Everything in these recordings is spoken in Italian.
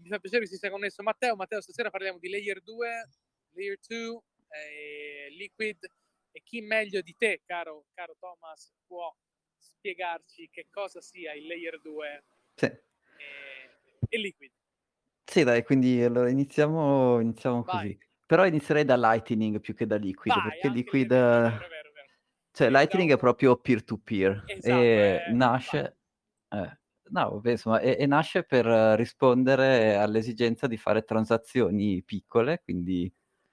mi fa piacere che si sia connesso Matteo. Matteo, stasera parliamo di Layer 2, Layer 2, Liquid, e chi meglio di te, caro Thomas, può spiegarci che cosa sia il Layer 2 Sì. e Liquid. Sì, dai, quindi allora iniziamo Vai. così. Però inizierei da Lightning più che da Liquid, Vai, perché anche Liquid... lì è vero. Cioè, Sì, Lightning è proprio peer-to-peer esatto, e vai. nasce... no, vabbè, insomma, e nasce per rispondere all'esigenza di fare transazioni piccole, quindi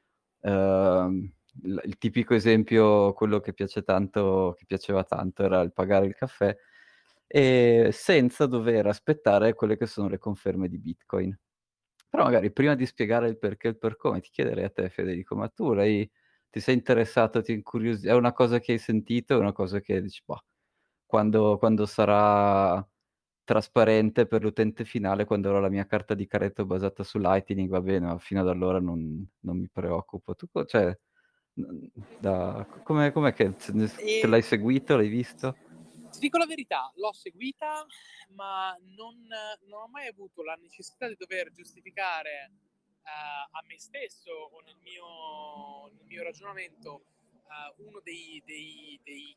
il tipico esempio, quello che piaceva tanto, era il pagare il caffè, e senza dover aspettare quelle che sono le conferme di Bitcoin. Però magari prima di spiegare il perché e il per come, ti chiederei a te, Federico, ma tu ti sei interessato, ti incuriosisci, è una cosa che hai sentito, è una cosa che dici, boh, quando sarà trasparente per l'utente finale, quando avrò la mia carta di credito basata su Lightning, va bene, ma fino ad allora non mi preoccupo. Tu, cioè, com'è che te l'hai seguito, l'hai visto? Ti dico la verità, l'ho seguita, ma non ho mai avuto la necessità di dover giustificare a me stesso o nel mio ragionamento uno dei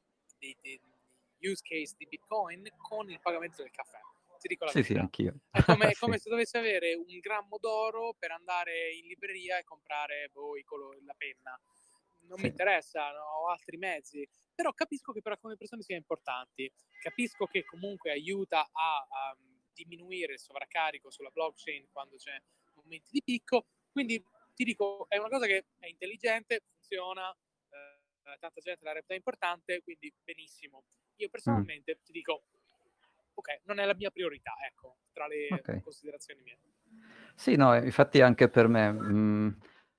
use case di Bitcoin con il pagamento del caffè. Ti dico la Sì, verità. anch'io. È come Sì. se dovessi avere un grammo d'oro per andare in libreria e comprare la penna. Non mi Sì. interessa, no? Ho altri mezzi. Però capisco che per alcune persone sia importante. Capisco che comunque aiuta a diminuire il sovraccarico sulla blockchain quando c'è momenti di picco. Quindi ti dico, è una cosa che è intelligente, funziona, tanta gente la reputa importante, quindi benissimo. Io personalmente ti dico, ok, non è la mia priorità, ecco, tra le Ok. considerazioni mie. Sì, no, infatti anche per me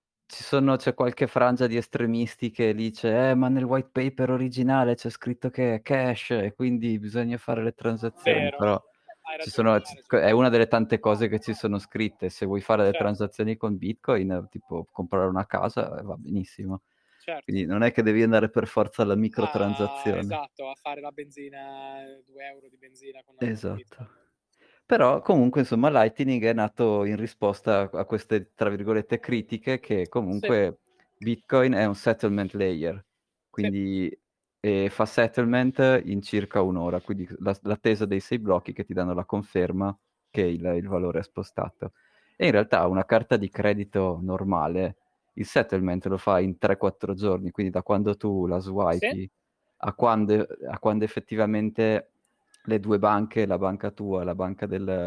c'è qualche frangia di estremisti che dice ma nel white paper originale c'è scritto che è cash e quindi bisogna fare le transazioni, Vero, però hai ragione. è una delle tante cose che ci sono scritte. Se vuoi fare le Certo, transazioni con Bitcoin, tipo comprare una casa, va benissimo. certo. Quindi non è che devi andare per forza alla microtransazione. Esatto, a fare la benzina, 2 euro di benzina con Esatto. Bitcoin. Però comunque insomma Lightning è nato in risposta a queste, tra virgolette, critiche che Sì, comunque Bitcoin è un settlement layer, sì, quindi fa settlement in circa un'ora, quindi l'attesa dei 6 blocchi che ti danno la conferma che il valore è spostato. E in realtà una carta di credito normale, il settlement lo fa in 3-4 giorni, quindi da quando tu la sì, swipi a quando effettivamente le due banche, la banca tua e la banca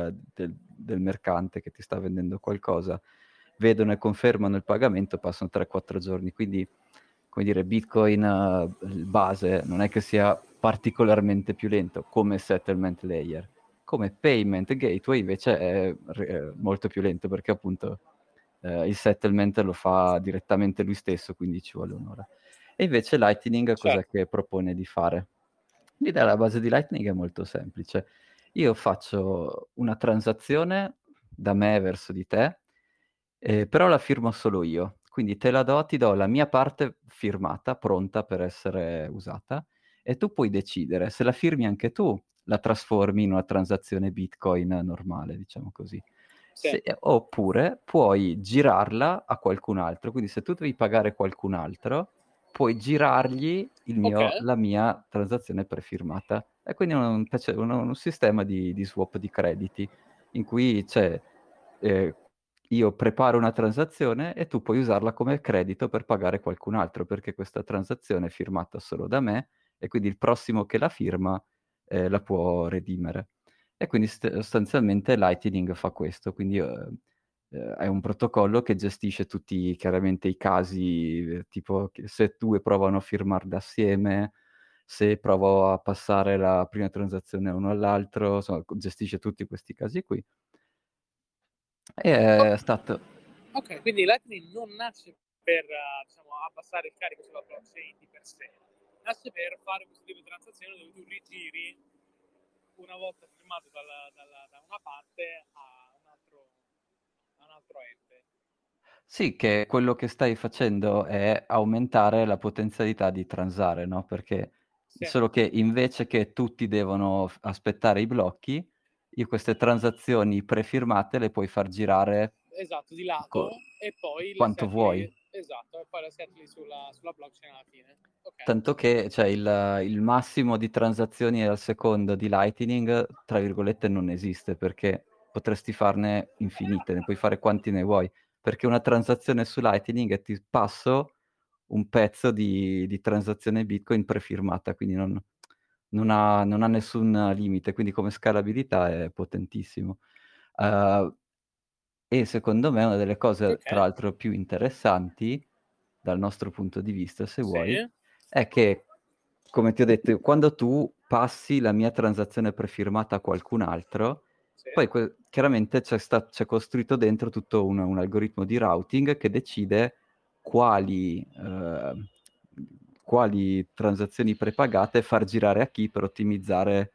del mercante che ti sta vendendo qualcosa, vedono e confermano il pagamento, passano 3-4 giorni. Quindi, come dire, Bitcoin il base non è che sia particolarmente più lento come settlement layer. Come payment gateway invece è molto più lento perché appunto il settlement lo fa direttamente lui stesso, quindi ci vuole un'ora. E invece Lightning cos'è certo. che propone di fare? L'idea alla base di Lightning è molto semplice. Io faccio una transazione da me verso di te, però la firmo solo io. Quindi te la do, ti do la mia parte firmata, pronta per essere usata, e tu puoi decidere se la firmi anche tu, la trasformi in una transazione Bitcoin normale, diciamo così. Sì. Oppure puoi girarla a qualcun altro, quindi se tu devi pagare qualcun altro, puoi girargli Ok, la mia transazione prefirmata. E quindi è un sistema di swap di crediti, in cui c'è, io preparo una transazione e tu puoi usarla come credito per pagare qualcun altro, perché questa transazione è firmata solo da me, e quindi il prossimo che la firma, la può redimere. E quindi sostanzialmente Lightning fa questo, quindi è un protocollo che gestisce tutti chiaramente i casi, tipo che se due provano a firmarle assieme, se provo a passare la prima transazione uno all'altro, insomma, gestisce tutti questi casi qui. E è stato... ok, quindi Lightning non nasce per diciamo, abbassare il carico sulla blockchain di per sé, nasce per fare questo tipo di transazione dove tu rigiri una volta firmato da una parte a un altro ente. Sì, che quello che stai facendo è aumentare la potenzialità di transare, no? Perché Sì, solo che invece che tutti devono aspettare i blocchi, io queste transazioni prefirmate le puoi far girare Esatto, di lato, e poi le quanto vuoi. esatto, e poi le settli sulla blockchain alla fine. Ok. Tanto che cioè, il massimo di transazioni al secondo di Lightning, tra virgolette, non esiste, perché potresti farne infinite, ne puoi fare quanti ne vuoi, perché una transazione su Lightning è ti passo un pezzo di transazione Bitcoin prefirmata, quindi non ha nessun limite, quindi come scalabilità è potentissimo. E secondo me una delle cose, Ok. tra l'altro, più interessanti dal nostro punto di vista, se vuoi, Sì. è che, come ti ho detto, quando tu passi la mia transazione prefirmata a qualcun altro, Sì. poi chiaramente c'è costruito dentro tutto un algoritmo di routing che decide quali transazioni prepagate far girare a chi per ottimizzare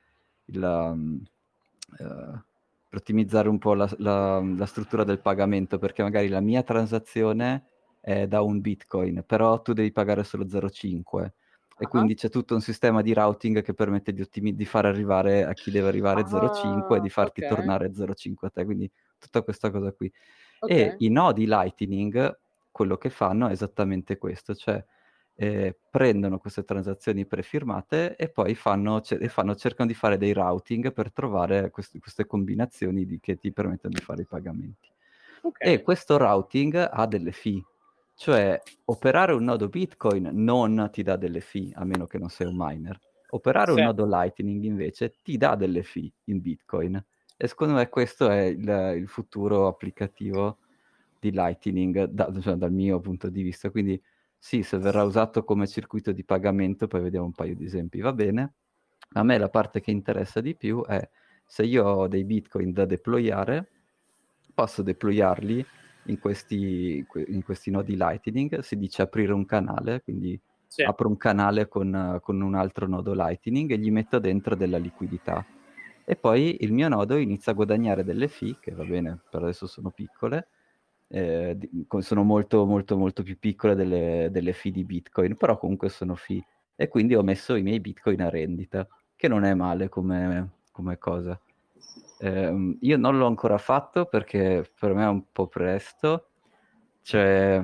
per ottimizzare un po' la struttura del pagamento, perché magari la mia transazione è da un Bitcoin, però tu devi pagare solo 0,5 e quindi c'è tutto un sistema di routing che permette di far arrivare a chi deve arrivare 0,5 e di farti Ok. tornare 0,5 a te, quindi tutta questa cosa qui. E Ok. i nodi Lightning, quello che fanno è esattamente questo, cioè prendono queste transazioni prefirmate e poi cercano di fare dei routing per trovare queste combinazioni che ti permettono di fare i pagamenti. Ok. E questo routing ha delle fee, cioè operare un nodo Bitcoin non ti dà delle fee, a meno che non sei un miner. Operare un Sì. nodo Lightning invece ti dà delle fee in Bitcoin. E secondo me questo è il futuro applicativo di Lightning cioè, dal mio punto di vista. Quindi sì, se verrà usato come circuito di pagamento, poi vediamo un paio di esempi, va bene. A me la parte che interessa di più è se io ho dei Bitcoin da deployare, posso deployarli in questi nodi Lightning, si dice aprire un canale, quindi Sì. apro un canale con un altro nodo Lightning e gli metto dentro della liquidità. E poi il mio nodo inizia a guadagnare delle fee, che va bene, per adesso sono piccole, sono molto, molto, molto più piccole delle fee di Bitcoin, però comunque sono fee. E quindi ho messo i miei Bitcoin a rendita, che non è male come cosa. Io non l'ho ancora fatto perché per me è un po' presto. C'è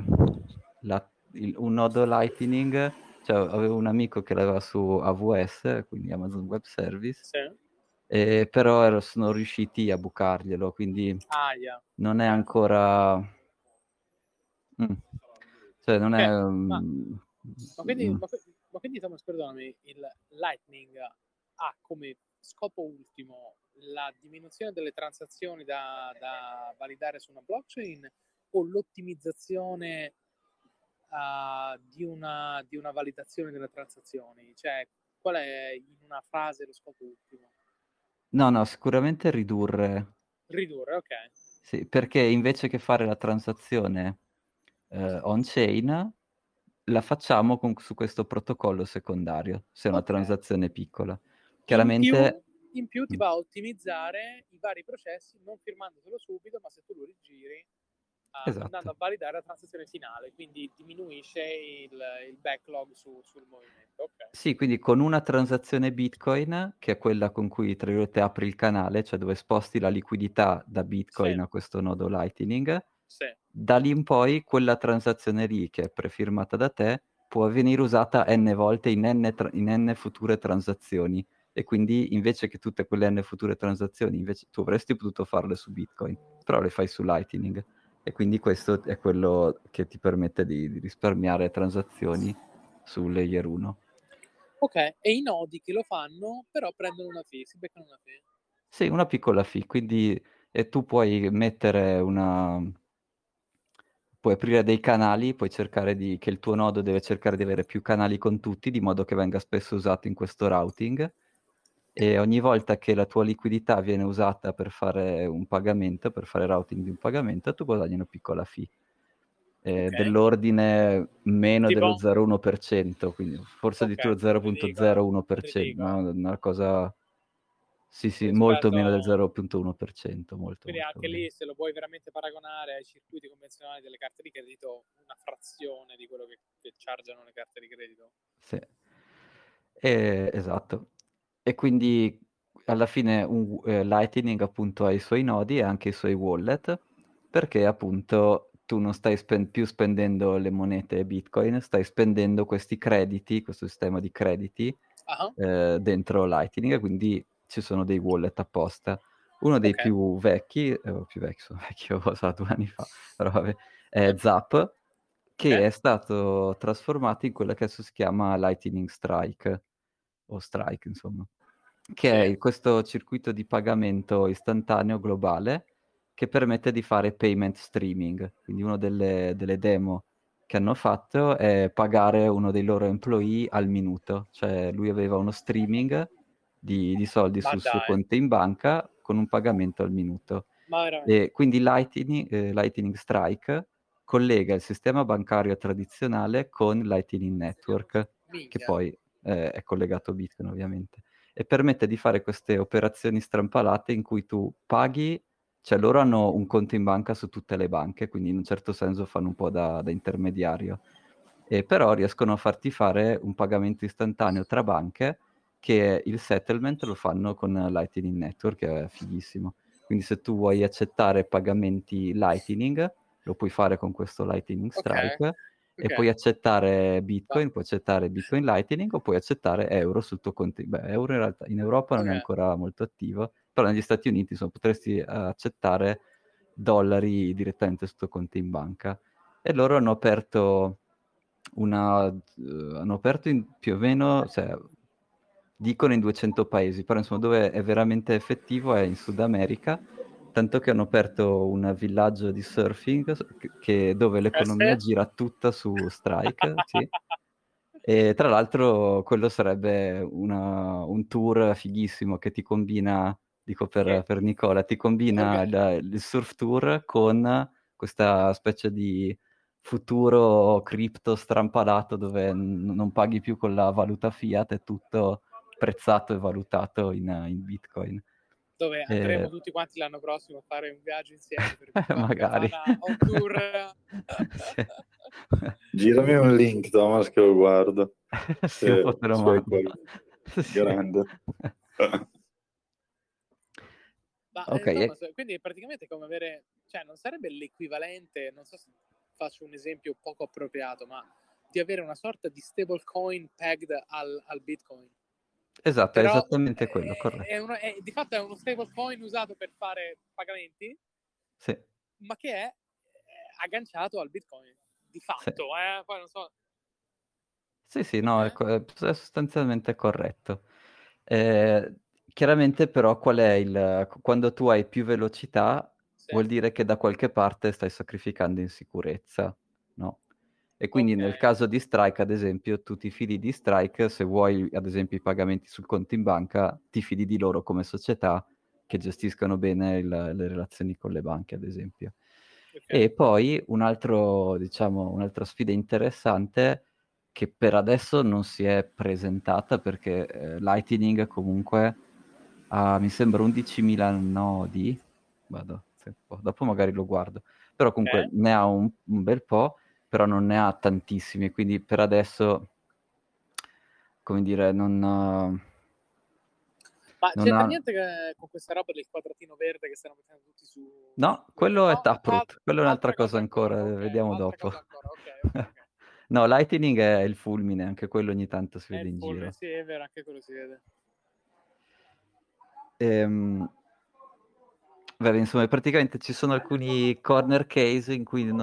un nodo Lightning, cioè avevo un amico che l'aveva su AWS, quindi Amazon Web Service, Sì. però sono riusciti a bucarglielo, quindi Aia. non è Ok. ancora... Mm. Cioè non è... Ok. Ma quindi, mm. ma quindi, Thomas, perdonami, il Lightning ha come scopo ultimo la diminuzione delle transazioni da validare su una blockchain o l'ottimizzazione di una validazione delle transazioni? Cioè, qual è in una frase lo scopo ultimo? No, no, sicuramente ridurre. Ridurre, ok. Sì, perché invece che fare la transazione on-chain, la facciamo su questo protocollo secondario, se è una Ok. transazione piccola. In più, Chiaramente, in più ti mm, va a ottimizzare i vari processi non firmandotelo subito, ma se tu lo rigiri andando esatto. a validare la transazione finale, quindi diminuisce il backlog sul movimento. Ok. Sì, quindi con una transazione Bitcoin, che è quella con cui, tra virgolette, apri il canale, cioè dove sposti la liquidità da Sì, Bitcoin a questo nodo Lightning, sì. da lì in poi quella transazione lì, che è prefirmata da te, può venire usata n volte in n future transazioni. E quindi invece che tutte quelle n future transazioni, invece tu avresti potuto farle su Bitcoin, però le fai su Lightning. E quindi questo è quello che ti permette di risparmiare transazioni su Layer 1. Ok, e i nodi che lo fanno però prendono una fee, si beccano una fee. Sì, una piccola fee, quindi tu puoi mettere puoi aprire dei canali, puoi cercare che il tuo nodo deve cercare di avere più canali con tutti, di modo che venga spesso usato in questo routing, e ogni volta che la tua liquidità viene usata per fare un pagamento, per fare routing di un pagamento, tu guadagni una piccola fee, Ok, dell'ordine meno dello tipo, 0,1%, quindi forse ok, addirittura ridicolo, 0,01%, ridicolo. ma è una cosa... Sì, sì, molto Rispetto, meno del 0,1%, molto, quindi molto anche meno. lì se lo vuoi veramente paragonare ai circuiti convenzionali delle carte di credito, una frazione di quello che chargiano le carte di credito. Sì. Esatto. E quindi alla fine Lightning appunto ha i suoi nodi e anche i suoi wallet, perché appunto tu non stai più spendendo le monete Bitcoin, stai spendendo questi crediti, questo sistema di crediti Ah, dentro Lightning, quindi ci sono dei wallet apposta. Uno dei ok, più vecchi, sono vecchi, ho usato 2 anni fa, però vabbè, è ok, Zap, ok, che è stato trasformato in quello che adesso si chiama Lightning Strike, o Strike, insomma, che sì, è questo circuito di pagamento istantaneo globale che permette di fare payment streaming. Quindi una delle demo che hanno fatto è pagare uno dei loro employee al minuto, cioè lui aveva uno streaming di soldi ma sul suo dai, conto in banca con un pagamento al minuto. ma veramente, E quindi Lightning Strike collega il sistema bancario tradizionale con Lightning Network, che minchia, poi è collegato a Bitcoin ovviamente, e permette di fare queste operazioni strampalate in cui tu paghi, cioè loro hanno un conto in banca su tutte le banche, quindi in un certo senso fanno un po' da intermediario, e però riescono a farti fare un pagamento istantaneo tra banche, che il settlement lo fanno con Lightning Network, che è fighissimo. Quindi se tu vuoi accettare pagamenti Lightning, lo puoi fare con questo Lightning ok, Strike, e ok, puoi accettare ma, Bitcoin, puoi accettare Bitcoin Lightning o puoi accettare euro sul tuo conto. Beh, euro in realtà in Europa non è ok, ancora molto attivo, però negli Stati Uniti insomma, potresti accettare dollari direttamente sul tuo conto in banca. E loro hanno aperto in più o meno, cioè, dicono in 200 paesi, però insomma dove è veramente effettivo è in Sud America, tanto che hanno aperto un villaggio di surfing dove l'economia sì? gira tutta su Strike, sì. E tra l'altro quello sarebbe un tour fighissimo che ti combina, dico Che, per Nicola, ti combina ok, il surf tour con questa specie di futuro cripto strampalato dove non paghi più con la valuta fiat, è tutto prezzato e valutato in Bitcoin. dove andremo E- tutti quanti l'anno prossimo a fare un viaggio insieme per magari. Campana on tour. Sì. Girami un link, Thomas, che lo guardo. Sì, un po' te lo Se hai mando. qualche... Sì. Grande. Ma Ok, Thomas, quindi praticamente è come avere, cioè non sarebbe l'equivalente, non so se faccio un esempio poco appropriato, ma di avere una sorta di stablecoin pegged al Bitcoin. esatto, è Però esattamente quello, corretto. di fatto è uno stablecoin usato per fare pagamenti, Sì, ma che è agganciato al Bitcoin. Di sì. fatto, poi non so. Sì, sì, Ok, no, è sostanzialmente corretto. Eh, chiaramente però quando tu hai più velocità sì, vuol dire che da qualche parte stai sacrificando in sicurezza, no? E quindi ok. nel caso di Strike, ad esempio, tu ti fidi di Strike, se vuoi, ad esempio, i pagamenti sul conto in banca, ti fidi di loro come società che gestiscono bene le relazioni con le banche, ad esempio. Ok. E poi diciamo, un'altra sfida interessante che per adesso non si è presentata perché Lightning comunque ha, mi sembra, 11.000 nodi, vado, dopo magari lo guardo, però comunque Ok. ne ha un bel po', però non ne ha tantissimi, quindi per adesso, come dire, Ma non c'entra ha... niente con questa roba del quadratino verde che stanno mettendo tutti su No, Twitter? quello è No? Taproot, quello è un'altra Altra cosa cosa ancora, ancora, ok, vediamo altra dopo. cosa ancora, ok, ok, ok. No, Lightning è il fulmine, anche quello ogni tanto si È vede il in fulmine, giro. sì, è vero, anche quello si vede. Ehm, Vabbè, insomma, praticamente ci sono alcuni corner case in cui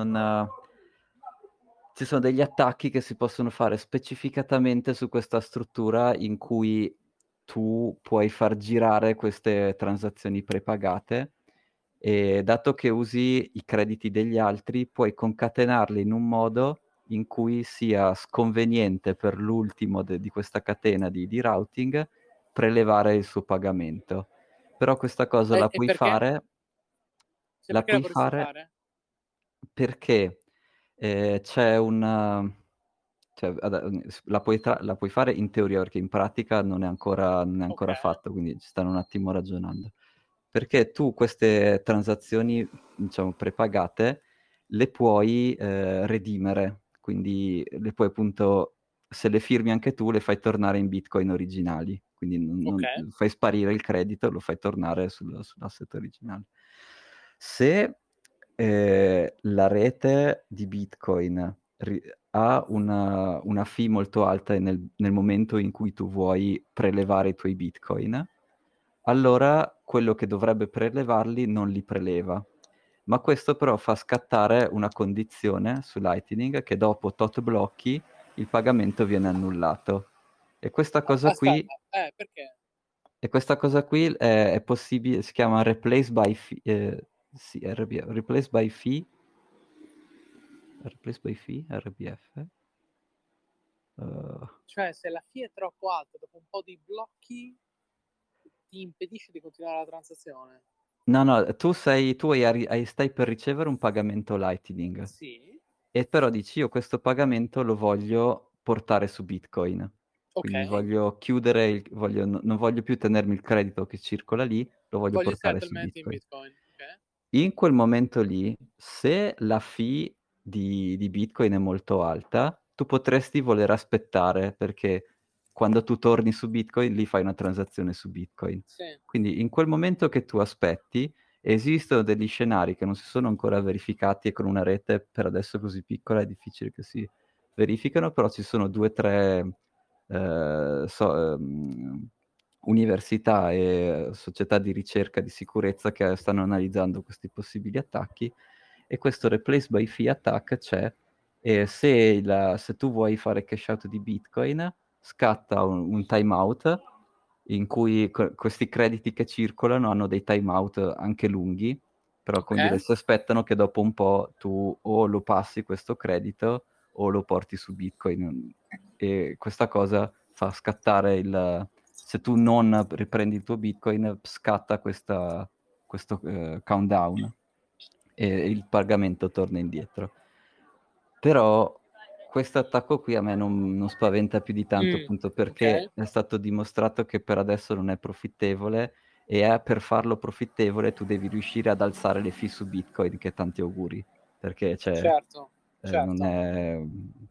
ci sono degli attacchi che si possono fare specificatamente su questa struttura in cui tu puoi far girare queste transazioni prepagate e dato che usi i crediti degli altri, puoi concatenarli in un modo in cui sia sconveniente per l'ultimo di questa catena di routing prelevare il suo pagamento. Però questa cosa E perché? Cioè, la perché la puoi vorresti fare fare? perché c'è cioè, la puoi fare in teoria, perché in pratica non è Ok, ancora fatto, quindi ci stanno un attimo ragionando. Perché tu queste transazioni, diciamo, prepagate, le puoi redimere, quindi le puoi appunto, se le firmi anche tu, le fai tornare in Bitcoin originali. quindi non Ok. fai sparire il credito, lo fai tornare sull'asset originale. Se la rete di Bitcoin ha una fee molto alta nel momento in cui tu vuoi prelevare i tuoi Bitcoin, allora quello che dovrebbe prelevarli non li preleva. Ma questo però fa scattare una condizione su Lightning che dopo tot blocchi il pagamento viene annullato. E questa cosa qui, Aspetta, perché? è possibile, si chiama replace by fee, sì, replace by fee, RBF. Cioè, se la fee è troppo alta, dopo un po' di blocchi ti impedisce di continuare la transazione. No, stai per ricevere un pagamento Lightning. Sì. E però dici io questo pagamento lo voglio portare su Bitcoin. Quindi Ok. voglio chiudere, non voglio più tenermi il credito che circola lì, lo voglio Voglio il portare su settlement in Bitcoin. Bitcoin. Ok. In quel momento lì, se la fee di Bitcoin è molto alta, tu potresti voler aspettare perché quando tu torni su Bitcoin, lì fai una transazione su Bitcoin. Sì. Quindi in quel momento che tu aspetti, esistono degli scenari che non si sono ancora verificati e con una rete per adesso così piccola è difficile che si verificano, però ci sono 2 o 3 università e società di ricerca di sicurezza che stanno analizzando questi possibili attacchi e questo replace by fee attack c'è e se tu vuoi fare cash out di Bitcoin scatta un timeout in cui questi crediti che circolano hanno dei timeout anche lunghi, però come dire, Ok. si aspettano che dopo un po' tu o lo passi questo credito o lo porti su Bitcoin e questa cosa fa scattare se tu non riprendi il tuo Bitcoin, scatta questo countdown e il pagamento torna indietro. Però questo attacco qui a me non spaventa più di tanto, appunto perché Ok. è stato dimostrato che per adesso non è profittevole e per farlo profittevole tu devi riuscire ad alzare le fee su Bitcoin, che tanti auguri, perché Certo. non Certo. è...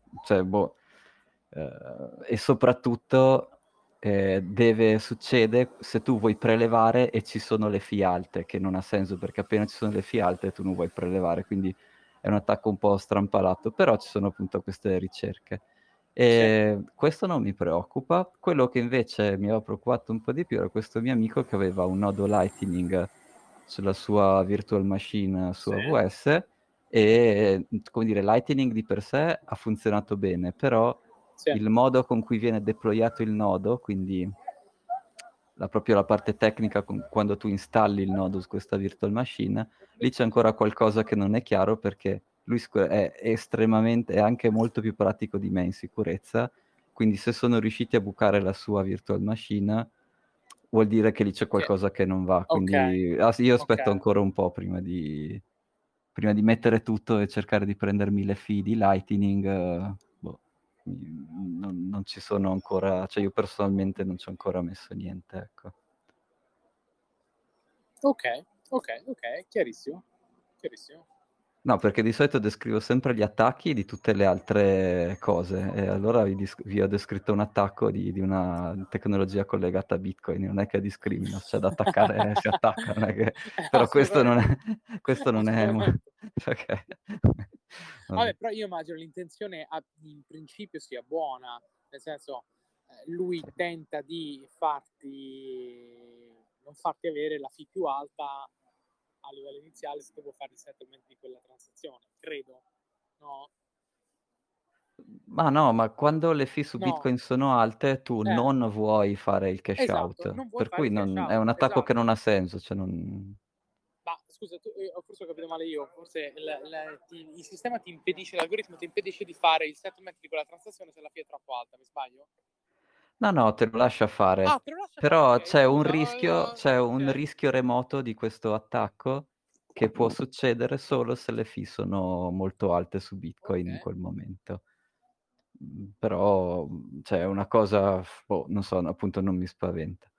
e soprattutto succede se tu vuoi prelevare e ci sono le fee alte, che non ha senso perché appena ci sono le fee alte tu non vuoi prelevare, quindi è un attacco un po' strampalato, però ci sono appunto queste ricerche. Sì. E questo non mi preoccupa. Quello che invece mi aveva preoccupato un po' di più era questo mio amico che aveva un nodo Lightning sulla sua virtual machine su Sì. AWS e, come dire, Lightning di per sé ha funzionato bene, però Sì. il modo con cui viene deployato il nodo, quindi proprio la parte tecnica quando tu installi il nodo su questa virtual machine, lì c'è ancora qualcosa che non è chiaro perché lui è estremamente, è anche molto più pratico di me in sicurezza, quindi se sono riusciti a bucare la sua virtual machine vuol dire che lì c'è qualcosa che non va, Ok. quindi io aspetto Ok. ancora un po' prima di mettere tutto e cercare di prendermi le fee di Lightning, non ci sono ancora, cioè io personalmente non ci ho ancora messo niente, ecco. Ok, chiarissimo. Chiarissimo. No, perché di solito descrivo sempre gli attacchi di tutte le altre cose e allora vi ho descritto un attacco di una tecnologia collegata a Bitcoin, non è che discrimino, c'è da attaccare, si attacca, non è che... però questo non è... Questo non è... Assolutamente. Ok. Vabbè, però io immagino l'intenzione in principio sia buona, nel senso lui Sì. tenta di non farti avere la fee più alta a livello iniziale se tu vuoi fare il settlement di quella transazione, credo, no? Ma no, ma quando le fee su No, Bitcoin sono alte, tu non vuoi fare il cash esatto, out, non vuoi per fare cui il cash è out, un attacco che non esatto. ha senso, cioè non... Ma scusa, forse ho capito male io, forse il sistema ti impedisce, l'algoritmo ti impedisce di fare il settlement di quella transazione se la fee è troppo alta, mi sbaglio? No, te lo lascia fare. Ah, te lo lascia fare, Però ok, scusa. c'è un Ok, rischio remoto di questo attacco che può succedere solo se le fee sono molto alte su ok. Bitcoin in quel momento. Però, cioè, è una cosa, non so, appunto non mi spaventa.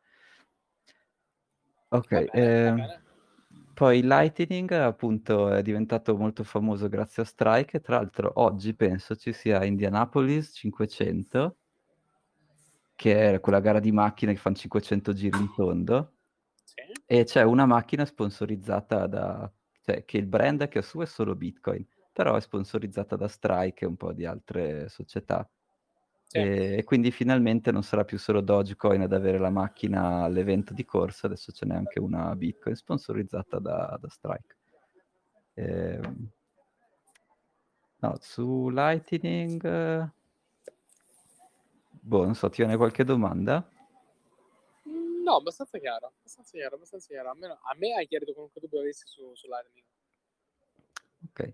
Ok, Va bene, va bene. poi Lightning appunto è diventato molto famoso grazie a Strike, e tra l'altro oggi penso ci sia Indianapolis 500 che è quella gara di macchine che fanno 500 giri in tondo, Sì. e c'è una macchina sponsorizzata cioè che il brand che ha su è solo Bitcoin, però è sponsorizzata da Strike e un po' di altre società. Sì. E quindi finalmente non sarà più solo Dogecoin ad avere la macchina all'evento di corsa, adesso ce n'è anche una Bitcoin sponsorizzata da Strike. No, su Lightning, non so, ti viene qualche domanda? No, abbastanza chiaro. A me hai chiarito comunque dubbio avessi su Lightning. Ok.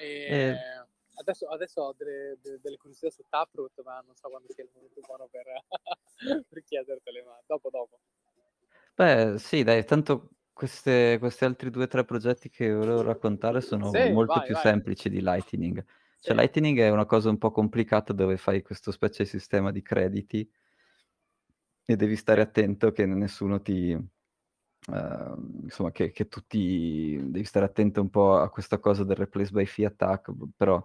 Adesso ho delle curiosità su Taproot, ma non so quando sia il momento buono per, per chiedertele, ma dopo. Beh, sì, dai, tanto questi altri 2 o 3 progetti che volevo raccontare sono Sì, molto vai. più semplici di Lightning. Sì. Cioè, Lightning è una cosa un po' complicata dove fai questo specie di sistema di crediti e devi stare attento che nessuno insomma, che tutti... Devi stare attento un po' a questa cosa del replace by fee attack, però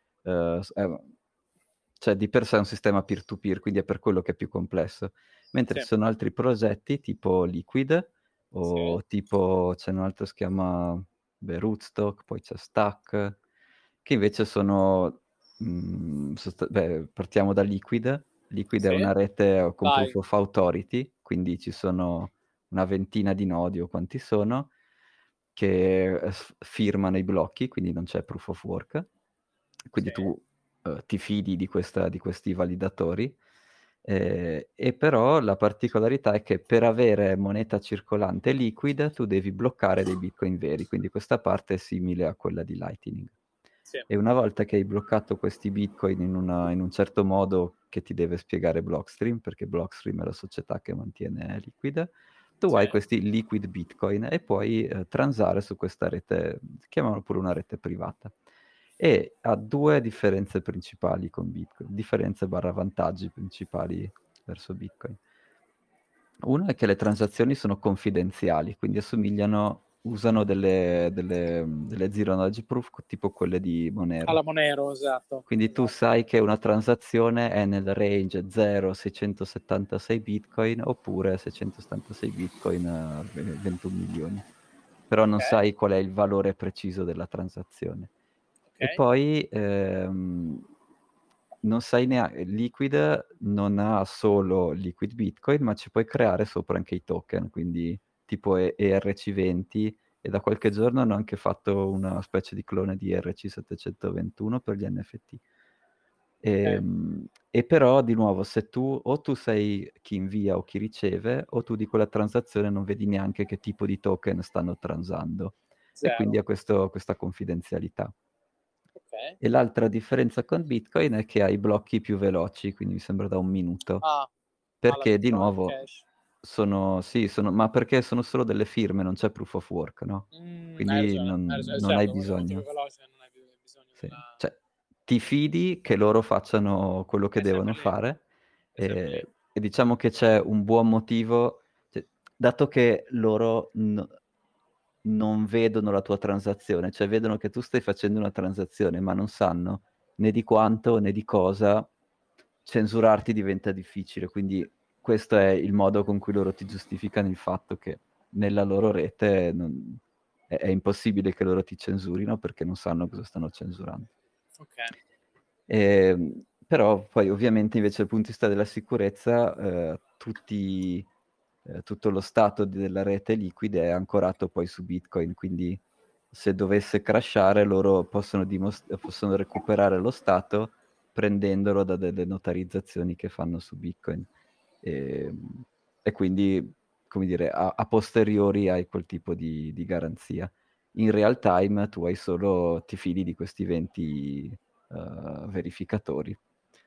cioè di per sé è un sistema peer-to-peer, quindi è per quello che è più complesso. Mentre Sì. ci sono altri progetti tipo Liquid, o Sì. tipo c'è un altro che si chiama Rootstock, poi c'è Stack, che invece sono... partiamo da Liquid. Liquid è Sì. una rete con Vai. Proof of Authority, quindi ci sono una ventina di nodi o quanti sono, che firmano i blocchi, quindi non c'è Proof of Work. Quindi Sì. tu ti fidi di questi validatori, e però la particolarità è che per avere moneta circolante liquida tu devi bloccare dei bitcoin veri, quindi questa parte è simile a quella di Lightning. Sì. E una volta che hai bloccato questi bitcoin in un certo modo che ti deve spiegare Blockstream, perché Blockstream è la società che mantiene Liquid, tu Sì. hai questi liquid bitcoin e puoi transare su questa rete, chiamano pure una rete privata. E ha 2 differenze principali con Bitcoin, differenze barra vantaggi principali verso Bitcoin. Uno è che le transazioni sono confidenziali, quindi usano delle zero knowledge proof tipo quelle di Monero. Alla Monero, esatto. Quindi tu sai che una transazione è nel range 0,676 bitcoin oppure 676 bitcoin, 21 milioni. Però non sai qual è il valore preciso della transazione. E poi non sai neanche, Liquid non ha solo Liquid Bitcoin, ma ci puoi creare sopra anche i token, quindi tipo ERC20, e da qualche giorno hanno anche fatto una specie di clone di ERC721 per gli NFT. E però, di nuovo, se tu sei chi invia o chi riceve, o tu di quella transazione non vedi neanche che tipo di token stanno transando. E quindi ha questa confidenzialità. E l'altra differenza con Bitcoin è che ha i blocchi più veloci, quindi mi sembra da 1 minuto. Perché di nuovo ma perché sono solo delle firme, non c'è proof of work, no? Quindi non hai certo, bisogno. molto veloce, non hai bisogno Sì. della... Cioè, ti fidi che loro facciano quello che È sempre devono lì. fare, È sempre lì. e diciamo che c'è un buon motivo, cioè, dato che loro non vedono la tua transazione, cioè vedono che tu stai facendo una transazione, ma non sanno né di quanto né di cosa, censurarti diventa difficile. Quindi questo è il modo con cui loro ti giustificano il fatto che nella loro rete è impossibile che loro ti censurino perché non sanno cosa stanno censurando. Però poi ovviamente invece dal punto di vista della sicurezza tutto lo stato della rete liquida è ancorato poi su Bitcoin, quindi se dovesse crashare loro possono recuperare lo stato prendendolo da delle notarizzazioni che fanno su Bitcoin. E quindi, come dire, a posteriori hai quel tipo di garanzia. In real time ti fidi di questi 20 verificatori.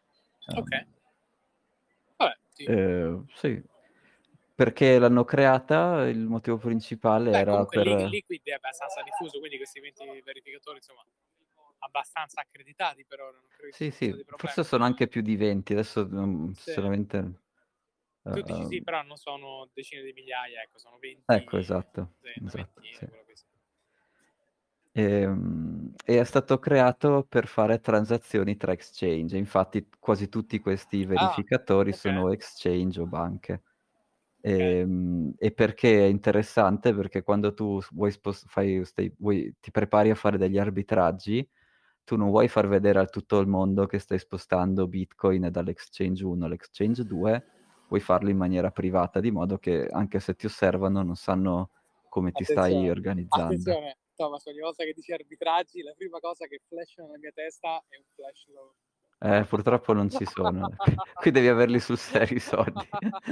Vabbè, Sì, perché l'hanno creata, il motivo principale era comunque per... Liquid è abbastanza diffuso, quindi questi 20 verificatori, insomma, abbastanza accreditati per ora, non credo ci Sì, siano stati problemi. forse sono anche più di 20, adesso Sì. sinceramente... Tu dici sì, però non sono decine di migliaia, ecco, sono 20. Ecco, esatto. Sì, una Esatto, ventina, sì. quello che sia. è stato creato per fare transazioni tra exchange. Infatti quasi tutti questi verificatori sono exchange o banche. E perché è interessante? Perché quando tu vuoi ti prepari a fare degli arbitraggi, tu non vuoi far vedere a tutto il mondo che stai spostando Bitcoin dall'exchange 1 all'exchange 2, vuoi farlo in maniera privata, di modo che anche se ti osservano non sanno come ti stai organizzando. Attenzione, Thomas, ogni volta che dici arbitraggi, la prima cosa che flash nella mia testa è un flash load. Purtroppo non ci sono. Qui devi averli sul serio i soldi.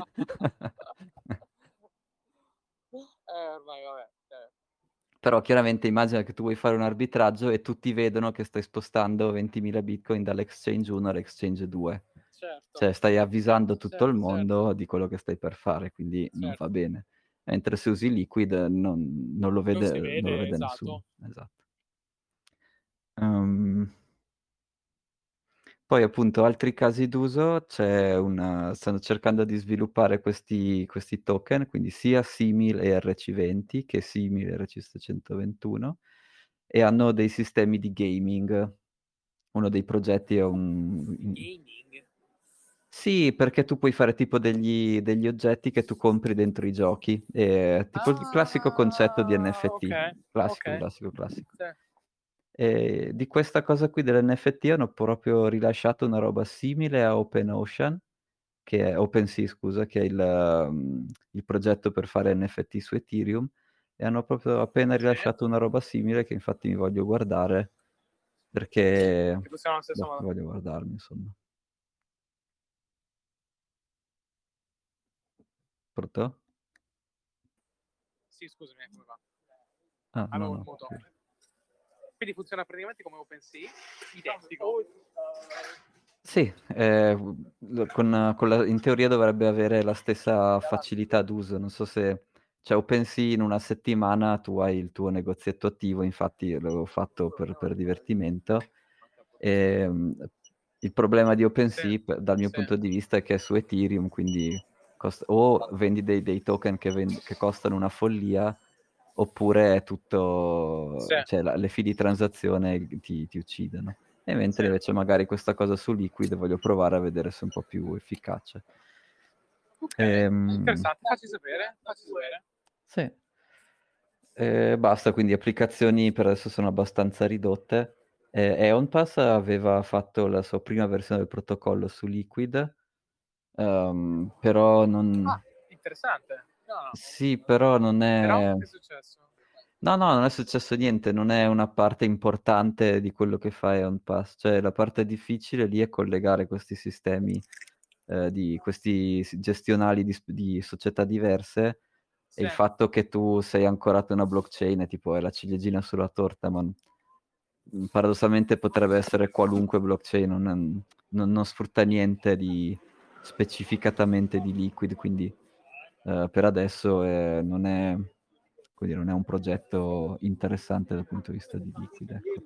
Ormai, vabbè. Però chiaramente immagina che tu vuoi fare un arbitraggio e tutti vedono che stai spostando 20.000 Bitcoin dall'exchange 1 all'exchange 2. Certo. Cioè stai avvisando Certo, tutto il certo, mondo di quello che stai per fare, quindi non va bene. Mentre se usi Liquid non lo vede, si vede, non lo vede esatto. nessuno. Esatto. Poi appunto altri casi d'uso, stanno cercando di sviluppare questi token, quindi sia Simil ERC20 che Simil ERC721, e hanno dei sistemi di gaming. Uno dei progetti è Gaming? Sì, perché tu puoi fare tipo degli oggetti che tu compri dentro i giochi, tipo il classico concetto di NFT, classico. Sì. E di questa cosa qui dell'NFT hanno proprio rilasciato una roba simile a OpenOcean, che è OpenSea, scusa, che è il progetto per fare NFT su Ethereum, e hanno proprio appena rilasciato una roba simile che infatti mi voglio guardare, perché Che funziona allo stesso modo. voglio guardarmi, insomma. Pronto? Sì, scusami, come va? Ah, Avevo no. il muto. Quindi funziona praticamente come OpenSea, identico. Sì, in teoria dovrebbe avere la stessa facilità d'uso. Non so se OpenSea in una settimana tu hai il tuo negozietto attivo, infatti l'avevo fatto per divertimento. Il problema di OpenSea, dal mio punto di vista, è che è su Ethereum, quindi o vendi dei token che costano una follia, oppure è tutto, cioè le fee di transazione ti uccidono. E mentre invece magari questa cosa su Liquid voglio provare a vedere se è un po' più efficace. Interessante, facci sapere. Sì. Basta, quindi applicazioni per adesso sono abbastanza ridotte. EonPass aveva fatto la sua prima versione del protocollo su Liquid, però non... Interessante. No. Sì, però non è... Però che è successo? No, non è successo niente, non è una parte importante di quello che fa EonPass. Cioè, la parte difficile lì è collegare questi sistemi, di questi gestionali di società diverse, e il fatto che tu sei ancorato a una blockchain è tipo è la ciliegina sulla torta, ma paradossalmente potrebbe essere qualunque blockchain, non sfrutta niente specificatamente di Liquid, quindi per adesso non è un progetto interessante dal punto di vista di Liquid, ecco.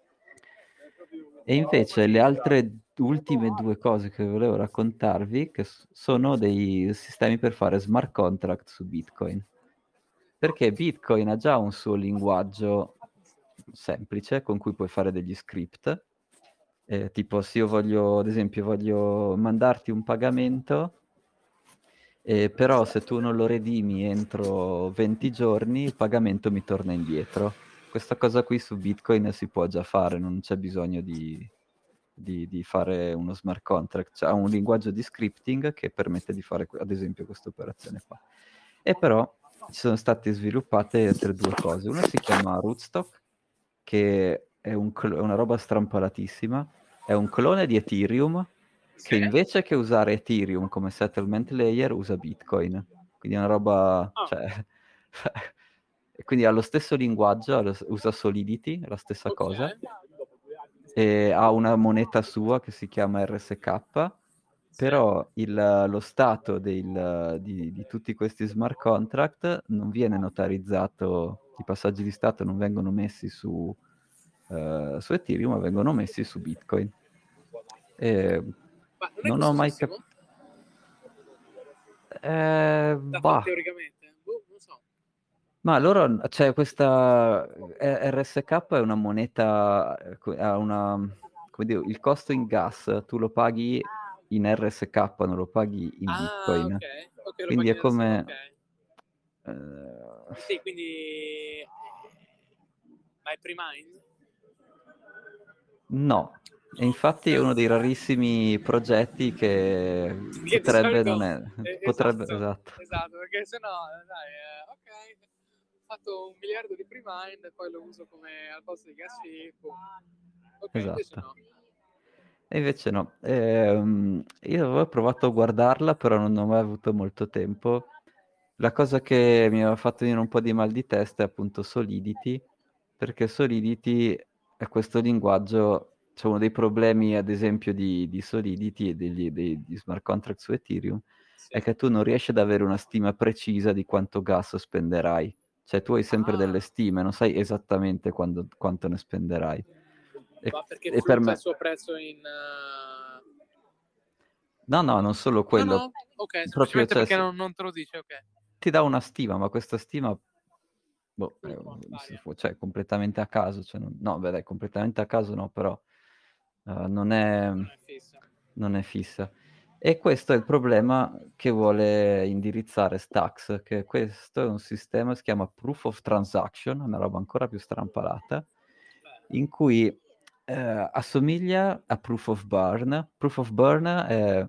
E invece le altre ultime due cose che volevo raccontarvi, che sono dei sistemi per fare smart contract su Bitcoin. Perché Bitcoin ha già un suo linguaggio semplice con cui puoi fare degli script. Tipo, se io voglio, ad esempio, voglio mandarti un pagamento, però se tu non lo redimi entro 20 giorni, il pagamento mi torna indietro. Questa cosa qui su Bitcoin si può già fare, non c'è bisogno di fare uno smart contract. C'è un linguaggio di scripting che permette di fare, ad esempio, questa operazione qua. E però ci sono state sviluppate altre due cose. Una si chiama Rootstock, che è una roba strampalatissima, è un clone di Ethereum, che invece che usare Ethereum come settlement layer usa Bitcoin. Quindi è una roba... Cioè, e quindi ha lo stesso linguaggio, usa Solidity, è la stessa cosa, e ha una moneta sua che si chiama RSK, però lo stato di tutti questi smart contract non viene notarizzato, i passaggi di stato non vengono messi su Ethereum, ma vengono messi su Bitcoin. Ma non ho mai capito. teoricamente? Non so. Ma loro, c'è questa RSK è una moneta, ha una, come dire, il costo in gas tu lo paghi in RSK, non lo paghi in Ah, Bitcoin. ok, lo Quindi paghi è adesso, come... ok. eh, Sì, quindi... Ma è pre-mine? no, e infatti è uno dei rarissimi progetti che Che di potrebbe solito... non è... Potrebbe, esatto, esatto. esatto, perché sennò, dai, ok, ho fatto 1 miliardo di pre-mine e poi lo uso come al posto di gas fee, boom. Ok, invece Esatto. no. E invece no. Io avevo provato a guardarla, però non ho mai avuto molto tempo. La cosa che mi aveva fatto venire un po' di mal di testa è appunto Solidity, perché Solidity è questo linguaggio, c'è uno dei problemi ad esempio di Solidity e di smart contract su Ethereum, Sì. è che tu non riesci ad avere una stima precisa di quanto gas spenderai. Cioè tu hai sempre delle Ah, stime, non sai esattamente quanto ne spenderai. ma perché E per fluttua il me... suo prezzo in... No, no, non solo No, quello, no, ok, proprio, semplicemente cioè, perché non te lo dice, ok. ti dà una stima, ma questa stima, boh, Varia. cioè, completamente a caso, cioè, no, beh, dai, completamente a caso no, però non è, Non è fissa. non è fissa. E questo è il problema che vuole indirizzare Stacks, che questo è un sistema che si chiama Proof of Transaction, una roba ancora più strampalata, in cui assomiglia a Proof of Burn. Proof of Burn è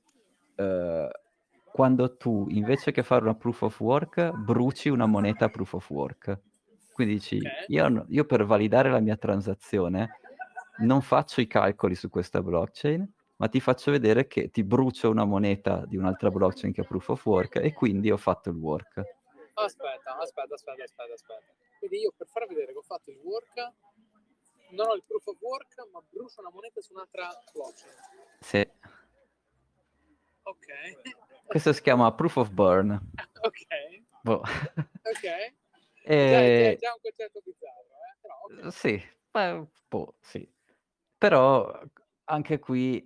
quando tu, invece che fare una Proof of Work, bruci una moneta Proof of Work. Quindi Ok. dici, io per validare la mia transazione non faccio i calcoli su questa blockchain, ma ti faccio vedere che ti brucio una moneta di un'altra blockchain che è Proof of Work e quindi ho fatto il work. Aspetta. Quindi io per far vedere che ho fatto il work, non ho il proof of work, ma brucio una moneta su un'altra blockchain. Sì. Ok. Questo si chiama Proof of Burn. Ok. Boh. Ok. Già, E... già un concetto bizzarro, però ok. Sì, boh, sì. Però anche qui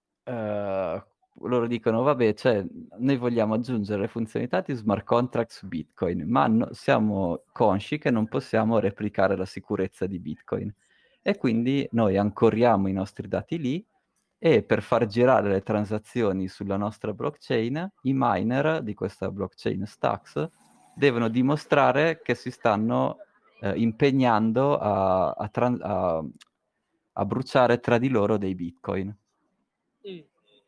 loro dicono, vabbè, cioè, noi vogliamo aggiungere le funzionalità di smart contract su Bitcoin, ma siamo consci che non possiamo replicare la sicurezza di Bitcoin. E quindi noi ancoriamo i nostri dati lì e per far girare le transazioni sulla nostra blockchain, i miner di questa blockchain Stacks devono dimostrare che si stanno impegnando a bruciare tra di loro dei Bitcoin. Mm.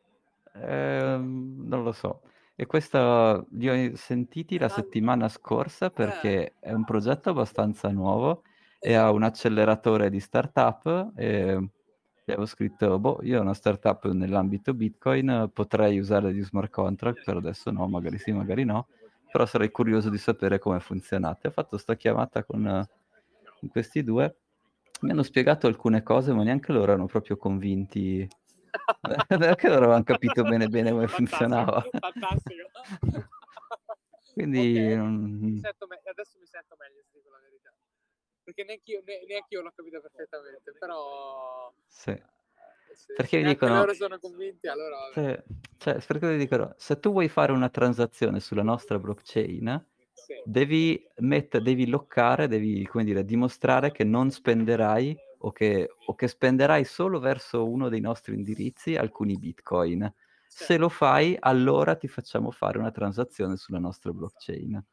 Non lo so. E questo li ho sentiti la Ah, settimana scorsa perché è un progetto abbastanza nuovo e ha un acceleratore di startup e gli avevo scritto, boh, io ho una startup nell'ambito Bitcoin, potrei usare gli smart contract, per adesso no, magari sì, magari no, però sarei curioso di sapere come funzionate. Ho fatto sta chiamata con questi due, mi hanno spiegato alcune cose, ma neanche loro erano proprio convinti. Neanche loro avevano capito bene bene come funzionava. Fantastico. Ok, Quindi, adesso mi sento meglio, se dico la verità. Perché neanche io l'ho capito perfettamente, però sì. se Perché mi neanche dicono, loro sono convinti, allora vabbè. perché mi dicono, se tu vuoi fare una transazione sulla nostra blockchain, Sì. devi loccare, devi, come dire, dimostrare che non spenderai o che spenderai solo verso uno dei nostri indirizzi alcuni bitcoin. Sì. Se lo fai, allora ti facciamo fare una transazione sulla nostra blockchain.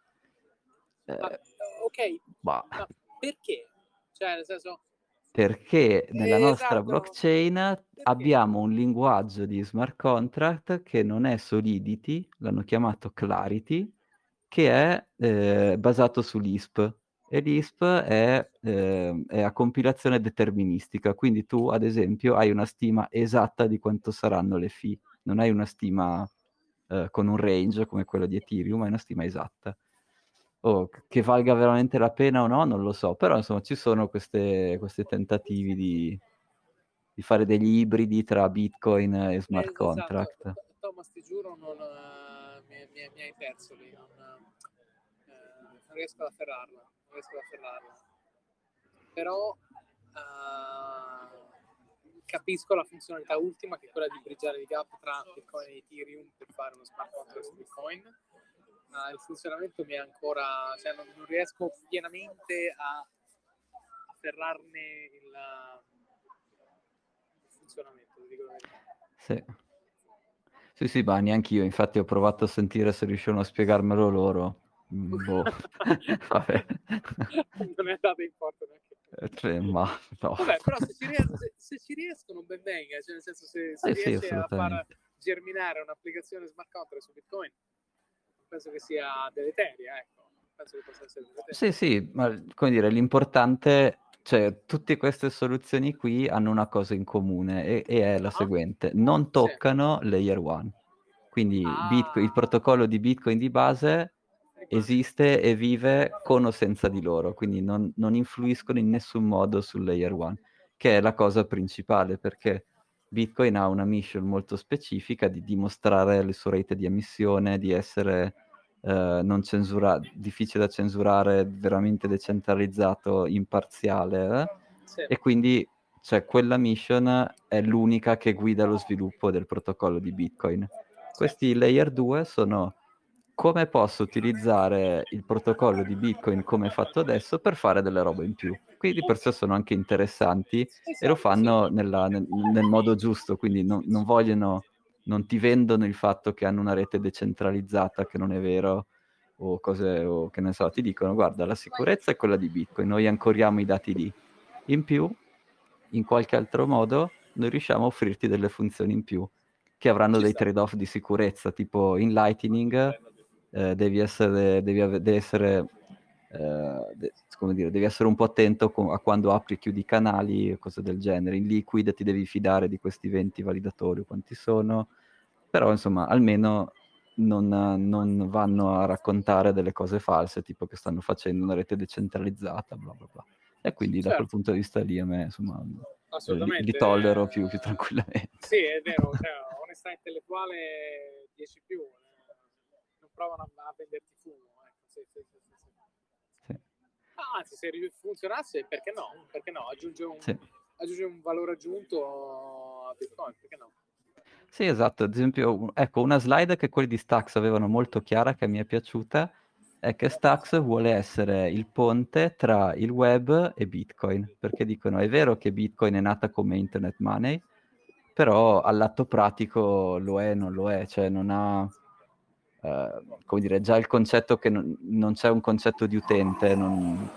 Ok, Bah, ma perché? Cioè, nel senso... perché nella nostra Esatto. blockchain Perché? abbiamo un linguaggio di smart contract che non è Solidity, l'hanno chiamato Clarity, che è basato sull'ISP. E l'ISP è a compilazione deterministica, quindi tu, ad esempio, hai una stima esatta di quanto saranno le fee, non hai una stima con un range come quello di Ethereum, hai una stima esatta. Che valga veramente la pena o no, non lo so, però insomma ci sono questi tentativi di fare degli ibridi tra Bitcoin e smart Esatto. contract. Thomas, ti giuro, mi hai perso lì. Non riesco ad afferrarla. Però capisco la funzionalità ultima, che è quella di bridgiare il gap tra Bitcoin e Ethereum per fare uno smart contract su Bitcoin. ma il funzionamento mi è ancora, cioè non riesco pienamente a afferrarne il funzionamento, dico la verità. Sì, ma neanche io, infatti ho provato a sentire se riuscivano a spiegarmelo loro. Boh, vabbè. Non è andato in porto neanche. Ma no. Vabbè, però se ci riescono ben venga, cioè nel senso se riesce a far germinare un'applicazione smart contract su Bitcoin, penso che sia deleteria, ecco. Penso che possa essere deleteria. Sì, ma come dire, l'importante, cioè tutte queste soluzioni qui hanno una cosa in comune e è la seguente: non toccano Layer 1. Quindi il protocollo di Bitcoin di base esiste e vive con o senza di loro, quindi non influiscono in nessun modo sul Layer 1, che è la cosa principale, perché Bitcoin ha una mission molto specifica di dimostrare le sue rate di emissione, di essere non difficile da censurare, veramente decentralizzato, imparziale, e quindi cioè, quella mission è l'unica che guida lo sviluppo del protocollo di Bitcoin. Questi layer 2 sono come posso utilizzare il protocollo di Bitcoin come è fatto adesso per fare delle robe in più. Quindi per sé sono anche interessanti e lo fanno nel modo giusto, quindi non vogliono, non ti vendono il fatto che hanno una rete decentralizzata, che non è vero, o cose, o che ne so, ti dicono guarda, la sicurezza è quella di Bitcoin, noi ancoriamo i dati lì. In più, in qualche altro modo, noi riusciamo a offrirti delle funzioni in più, che avranno dei trade-off di sicurezza, tipo in Lightning devi essere un po' attento a quando apri e chiudi canali e cose del genere. In Liquid ti devi fidare di questi 20 validatori, quanti sono, però insomma almeno non vanno a raccontare delle cose false, tipo che stanno facendo una rete decentralizzata, bla bla bla. E quindi da quel punto di vista lì a me insomma li tollero più tranquillamente. Sì, è vero, cioè, onestà intellettuale 10 più, non provano a venderti fumo, ecco. Sì. Anzi, se funzionasse, perché no? Perché no? Aggiunge un valore aggiunto a Bitcoin, perché no? Sì, esatto, ad esempio, ecco, una slide che quelli di Stacks avevano molto chiara, che mi è piaciuta, è che Stacks vuole essere il ponte tra il web e Bitcoin, perché dicono è vero che Bitcoin è nata come internet money, però all'atto pratico lo è, non lo è, cioè non ha, come dire, già il concetto che non c'è un concetto di utente, non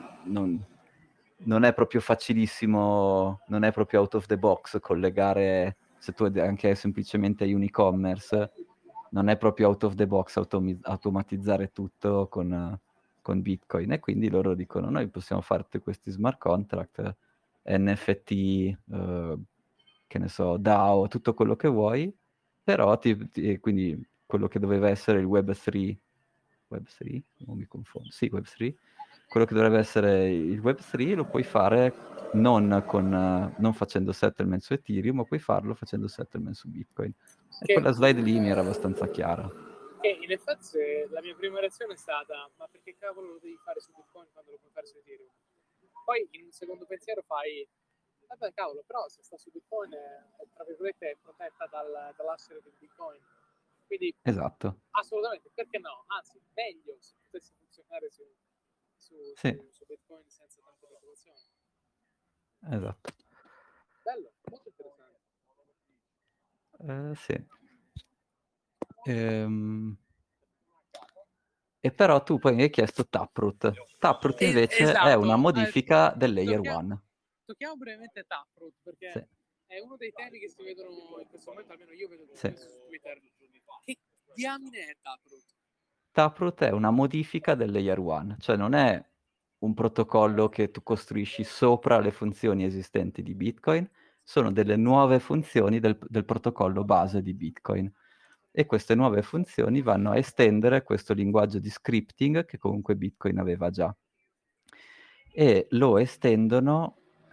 è proprio facilissimo, non è proprio out of the box collegare, se tu anche semplicemente un e-commerce, non è proprio out of the box automatizzare tutto con Bitcoin, e quindi loro dicono noi possiamo farti questi smart contract, NFT, che ne so, DAO, tutto quello che vuoi, però quindi quello che doveva essere il Web3, non mi confondo, sì, Web3, quello che dovrebbe essere il Web3 lo puoi fare non facendo settlement su Ethereum, ma puoi farlo facendo settlement su Bitcoin. E quella slide lì mi era abbastanza chiara. Che in effetti la mia prima reazione è stata ma perché cavolo lo devi fare su Bitcoin quando lo puoi fare su Ethereum? Poi in un secondo pensiero fai vabbè cavolo, però se sta su Bitcoin tra virgolette è protetta dall'hash del Bitcoin, quindi esatto, assolutamente, perché no? Anzi, meglio se potesse funzionare su Bitcoin senza tanta preoccupazione. Esatto. Bello, molto interessante. Sì. E però tu poi mi hai chiesto Taproot. Taproot invece è una modifica del Layer 1. Tocchiamo brevemente Taproot, perché è uno dei temi che si vedono in questo momento, almeno io vedo su Twitter. Che diamine è Taproot? Taproot è una modifica del Layer 1, cioè non è un protocollo che tu costruisci sopra le funzioni esistenti di Bitcoin, sono delle nuove funzioni del protocollo base di Bitcoin. E queste nuove funzioni vanno a estendere questo linguaggio di scripting che comunque Bitcoin aveva già. E lo estendono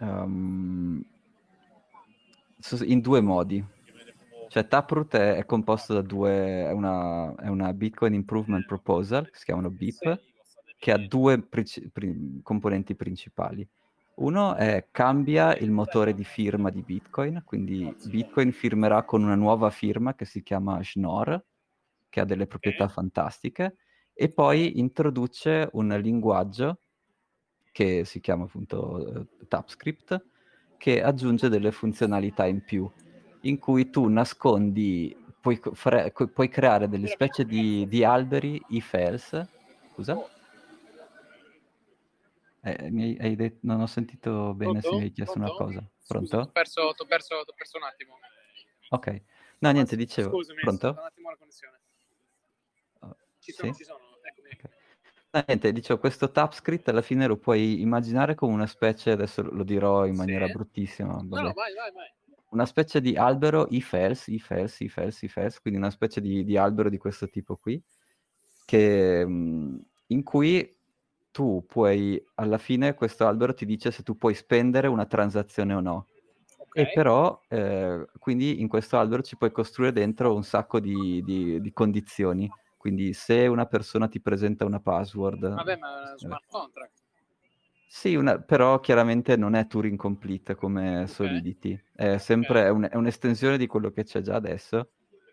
in due modi. Cioè Taproot è composto da è una Bitcoin Improvement Proposal, che si chiamano BIP, che ha due componenti principali. Uno è cambia il motore di firma di Bitcoin, quindi Bitcoin firmerà con una nuova firma che si chiama Schnorr, che ha delle proprietà fantastiche, e poi introduce un linguaggio che si chiama appunto TypeScript, che aggiunge delle funzionalità in più, in cui tu nascondi, puoi creare delle specie di alberi if-else. Scusa? Non ho sentito bene se mi hai chiesto una cosa. Pronto? Scusa, t'ho perso un attimo. Ok. No, niente, dicevo. Scusami, Pronto? un attimo la connessione. Ci sì? sono, eccomi. Okay. No, niente, dicevo, questo TypeScript alla fine lo puoi immaginare come una specie, adesso lo dirò in maniera bruttissima, vabbè. No, vai. Una specie di albero if-else, quindi una specie di albero di questo tipo qui, che, in cui tu puoi, alla fine questo albero ti dice se tu puoi spendere una transazione o no. E però, quindi in questo albero ci puoi costruire dentro un sacco di condizioni. Quindi se una persona ti presenta una password... Vabbè, ma è uno smart contract. Sì, però chiaramente non è Turing Complete come Solidity. È sempre è un'estensione di quello che c'è già adesso.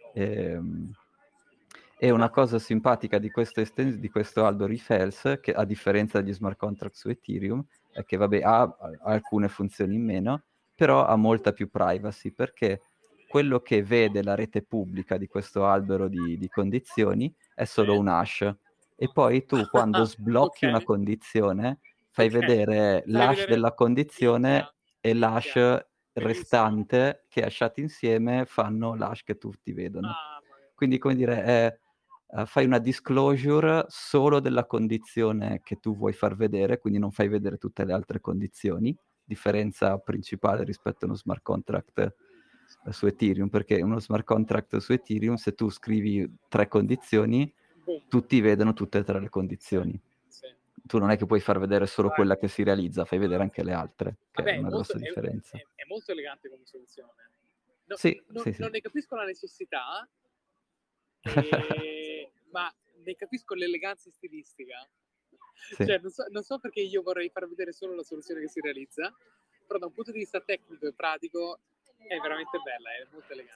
E una cosa simpatica di questo albero if-else, che a differenza degli smart contract su Ethereum, è che vabbè, ha alcune funzioni in meno, però ha molta più privacy, perché quello che vede la rete pubblica di questo albero di condizioni è solo un hash. E poi tu, quando sblocchi una condizione, fai vedere l'hash della condizione e l'hash restante che hashati insieme fanno l'hash che tutti vedono. Quindi, come dire, fai una disclosure solo della condizione che tu vuoi far vedere, quindi non fai vedere tutte le altre condizioni, differenza principale rispetto a uno smart contract su Ethereum, perché uno smart contract su Ethereum, se tu scrivi 3 condizioni, tutti vedono tutte e 3 le condizioni. Tu non è che puoi far vedere solo quella che si realizza, fai vedere anche le altre, che è una grossa differenza. È molto elegante come soluzione. Non ne capisco la necessità, ma ne capisco l'eleganza stilistica. Sì. Cioè, non so perché io vorrei far vedere solo la soluzione che si realizza, però da un punto di vista tecnico e pratico è veramente bella, è molto elegante.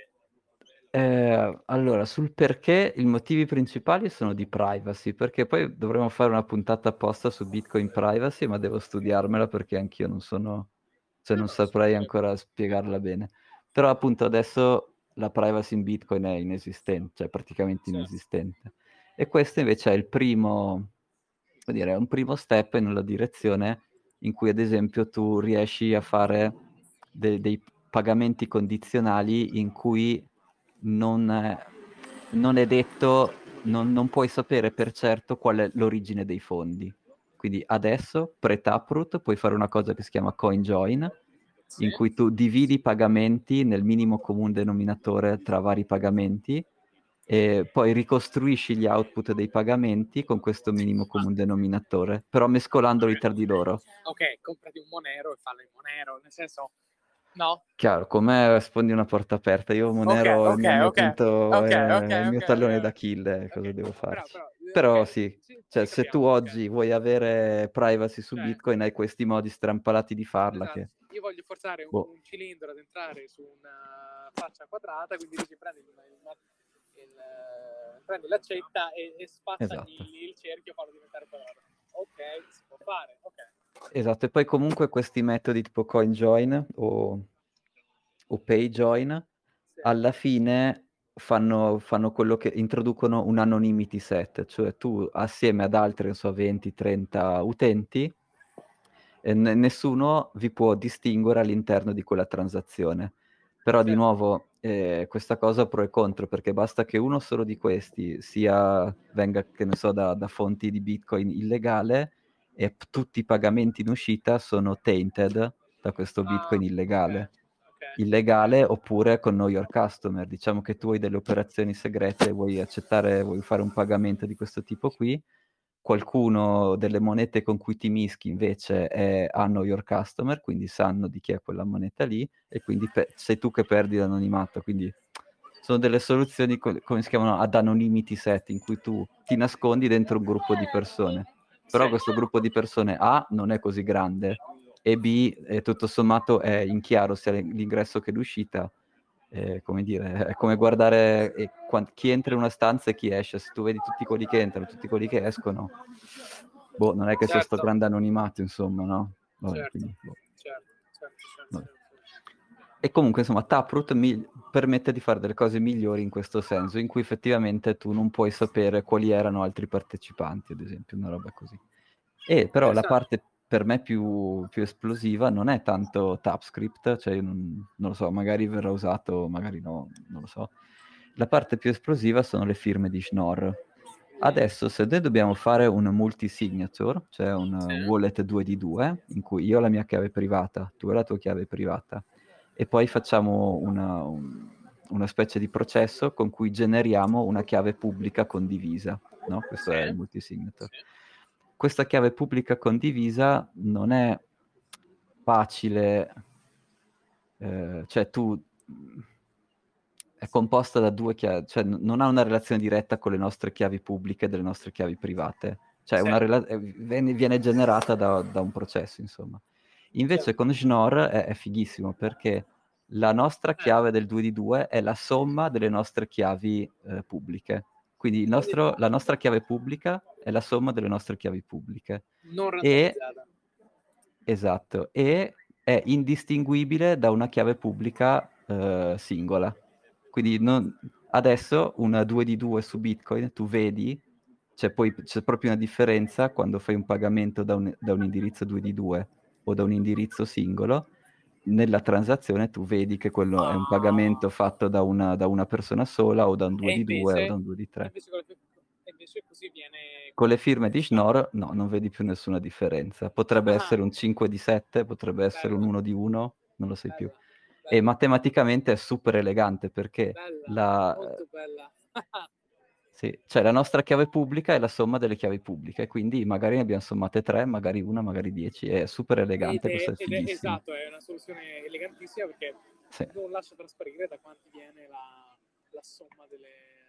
Allora, sul perché, i motivi principali sono di privacy, perché poi dovremmo fare una puntata apposta su Bitcoin privacy, ma devo studiarmela perché anch'io non sono, cioè non saprei ancora spiegarla bene. Però appunto adesso la privacy in Bitcoin è inesistente, cioè praticamente inesistente. E questo invece è il primo, vuol dire, è un primo step in una direzione in cui ad esempio tu riesci a fare dei pagamenti condizionali in cui non è detto, non puoi sapere per certo qual è l'origine dei fondi. Quindi adesso, pre-Taproot, puoi fare una cosa che si chiama CoinJoin, in cui tu dividi i pagamenti nel minimo comune denominatore tra vari pagamenti e poi ricostruisci gli output dei pagamenti con questo minimo comune denominatore, però mescolandoli tra di loro. Ok, comprati un Monero e fallo in Monero, nel senso... No? Chiaro, con me spondi una porta aperta. Io Monero è il mio punto, è il mio tallone d'Achille, cosa devo farci. Però sì, cioè, se tu oggi vuoi avere privacy su Bitcoin, hai questi modi strampalati di farla che... Io voglio forzare un cilindro ad entrare su una faccia quadrata, quindi dici prendi l'accetta e spazzagli il cerchio e farlo diventare quadrato. Ok, si può fare, ok. Esatto, e poi comunque questi metodi tipo CoinJoin o PayJoin alla fine fanno quello che introducono un anonymity set, cioè tu assieme ad altri, non so, 20-30 utenti, nessuno vi può distinguere all'interno di quella transazione. Però di nuovo questa cosa pro e contro, perché basta che uno solo di questi venga, che ne so, da fonti di Bitcoin illegale e tutti i pagamenti in uscita sono tainted da questo Bitcoin illegale. Illegale oppure con Know Your Customer. Diciamo che tu hai delle operazioni segrete, vuoi fare un pagamento di questo tipo qui, qualcuno delle monete con cui ti mischi invece ha Know Your Customer, quindi sanno di chi è quella moneta lì e quindi sei tu che perdi l'anonimato. Quindi sono delle soluzioni, come si chiamano, ad anonymity set, in cui tu ti nascondi dentro un gruppo di persone. Però questo gruppo di persone A non è così grande e B tutto sommato è in chiaro sia l'ingresso che l'uscita come dire, è come guardare chi entra in una stanza e chi esce. Se tu vedi tutti quelli che entrano, tutti quelli che escono, non è che c'è sto grande anonimato, insomma, no? Vabbè, Certo, quindi, certo. E comunque, insomma, Taproot permette di fare delle cose migliori in questo senso, in cui effettivamente tu non puoi sapere quali erano altri partecipanti, ad esempio, una roba così. E però la parte per me più esplosiva non è tanto TypeScript, cioè non lo so, magari verrà usato, magari no, non lo so. La parte più esplosiva sono le firme di Schnorr. Adesso, se noi dobbiamo fare un multi-signature, cioè un wallet 2 di 2, in cui io ho la mia chiave privata, tu hai la tua chiave privata, e poi facciamo una specie di processo con cui generiamo una chiave pubblica condivisa, no? Questo è il multi-signature. Questa chiave pubblica condivisa non è facile, cioè è composta da due chiavi, cioè non ha una relazione diretta con le nostre chiavi pubbliche e delle nostre chiavi private, cioè viene generata da un processo, insomma. Invece con Schnorr è fighissimo, perché la nostra chiave del 2 di 2 è la somma delle nostre chiavi pubbliche. Quindi la nostra chiave pubblica è la somma delle nostre chiavi pubbliche. Non randomizzata. Esatto, e è indistinguibile da una chiave pubblica singola. Quindi adesso una 2 di 2 su Bitcoin, tu vedi, c'è proprio una differenza quando fai un pagamento da un indirizzo 2 di 2 o da un indirizzo singolo. Nella transazione tu vedi che quello è un pagamento fatto da una persona sola o da un 2 di 2 o da un 2 di 3. Invece così viene... Con le firme di Schnorr, no, non vedi più nessuna differenza. Potrebbe essere un 5 di 7, potrebbe essere un 1 di 1, non lo sai più. E matematicamente è super elegante, perché molto bella. Sì, cioè la nostra chiave pubblica è la somma delle chiavi pubbliche, quindi magari ne abbiamo sommate 3, magari una, magari 10, è super elegante, questo è fighissimo. Esatto, è una soluzione elegantissima, perché non lascia trasparire da quanti viene la somma delle...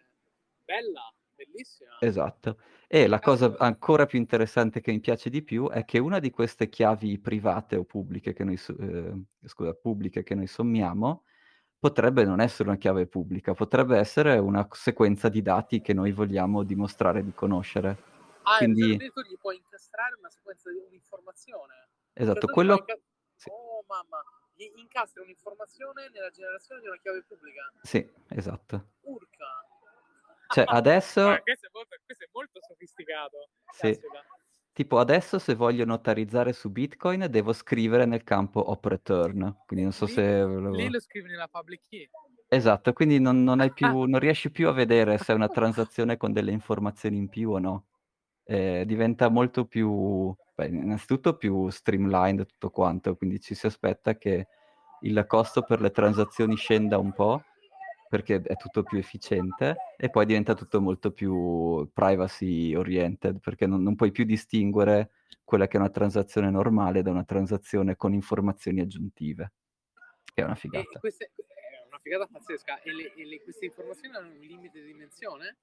Bellissima. Esatto. E la cosa ancora più interessante che mi piace di più è che una di queste chiavi private o pubbliche che noi, pubbliche che noi sommiamo potrebbe non essere una chiave pubblica, potrebbe essere una sequenza di dati che noi vogliamo dimostrare di conoscere. Quindi tu gli puoi incastrare una sequenza di un'informazione. Esatto, sì. Oh mamma, gli incastri un'informazione nella generazione di una chiave pubblica. Sì, esatto. Urca. Cioè adesso... questo è molto sofisticato. Sì. Tipo adesso, se voglio notarizzare su Bitcoin, devo scrivere nel campo op return, quindi non so se... Lì lo scrivi nella public key. Esatto, quindi non riesci più a vedere se è una transazione con delle informazioni in più o no. Diventa molto più, innanzitutto più streamlined tutto quanto, quindi ci si aspetta che il costo per le transazioni scenda un po', perché è tutto più efficiente, e poi diventa tutto molto più privacy oriented, perché non puoi più distinguere quella che è una transazione normale da una transazione con informazioni aggiuntive, che è una figata. E questa è una figata pazzesca. E queste informazioni hanno un limite di dimensione?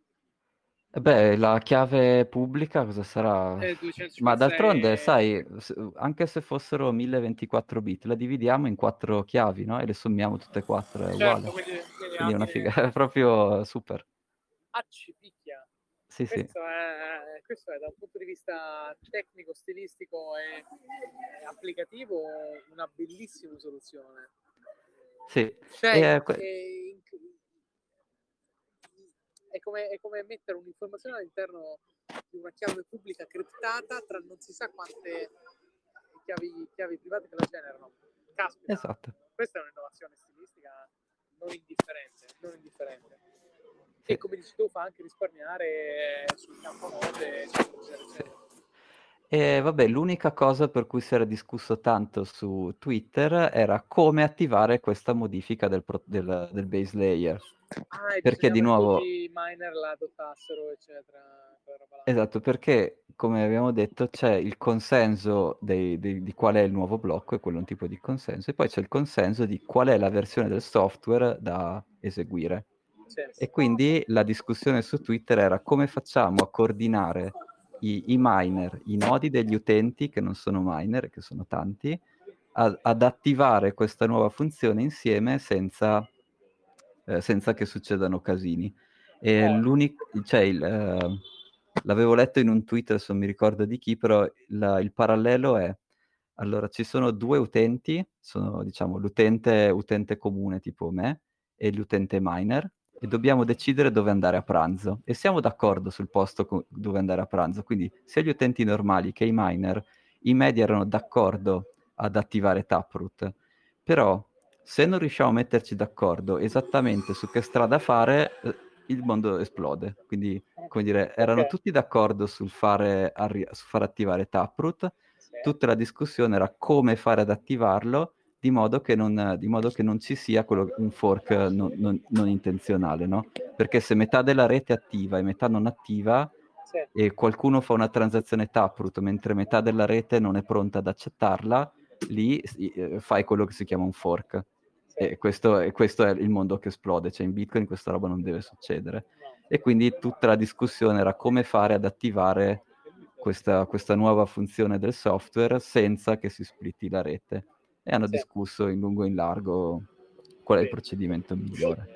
Beh, la chiave pubblica cosa sarà? 256... Ma d'altronde, sai, anche se fossero 1024 bit, la dividiamo in 4 chiavi, no? E le sommiamo tutte e 4, è uguale. Quindi è una figata, è proprio super. Ci picchia. Sì, questo è da un punto di vista tecnico, stilistico e applicativo una bellissima soluzione. Sì. Cioè, è come mettere un'informazione all'interno di una chiave pubblica criptata tra non si sa quante chiavi private che la generano. Caspita. Esatto. Questa è un'innovazione stilistica non indifferente. E come dici tu, fa anche risparmiare sul campo note, eccetera. E vabbè, l'unica cosa per cui si era discusso tanto su Twitter era come attivare questa modifica del base layer. Perché di nuovo... tutti i miner la adottassero, eccetera. Esatto, perché come abbiamo detto c'è il consenso di qual è il nuovo blocco, e quello è un tipo di consenso, e poi c'è il consenso di qual è la versione del software da eseguire. E quindi la discussione su Twitter era come facciamo a coordinare i miner, i nodi degli utenti che non sono miner, che sono tanti, ad attivare questa nuova funzione insieme senza senza che succedano casini. E l'avevo letto in un tweet, adesso non mi ricordo di chi, però il parallelo è, allora ci sono due utenti, sono diciamo utente comune tipo me e l'utente miner, e dobbiamo decidere dove andare a pranzo. E siamo d'accordo sul posto dove andare a pranzo, quindi sia gli utenti normali che i miner, in media erano d'accordo ad attivare Taproot, però se non riusciamo a metterci d'accordo esattamente su che strada fare, il mondo esplode. Quindi, come dire, erano tutti d'accordo sul far attivare Taproot, tutta la discussione era come fare ad attivarlo, di modo che non ci sia un fork non intenzionale, no? Perché se metà della rete è attiva e metà non attiva, e qualcuno fa una transazione Taproot mentre metà della rete non è pronta ad accettarla, lì fai quello che si chiama un fork. E questo è il mondo che esplode, cioè in Bitcoin questa roba non deve succedere. E quindi tutta la discussione era come fare ad attivare questa nuova funzione del software senza che si splitti la rete. E hanno discusso in lungo e in largo qual è il procedimento migliore.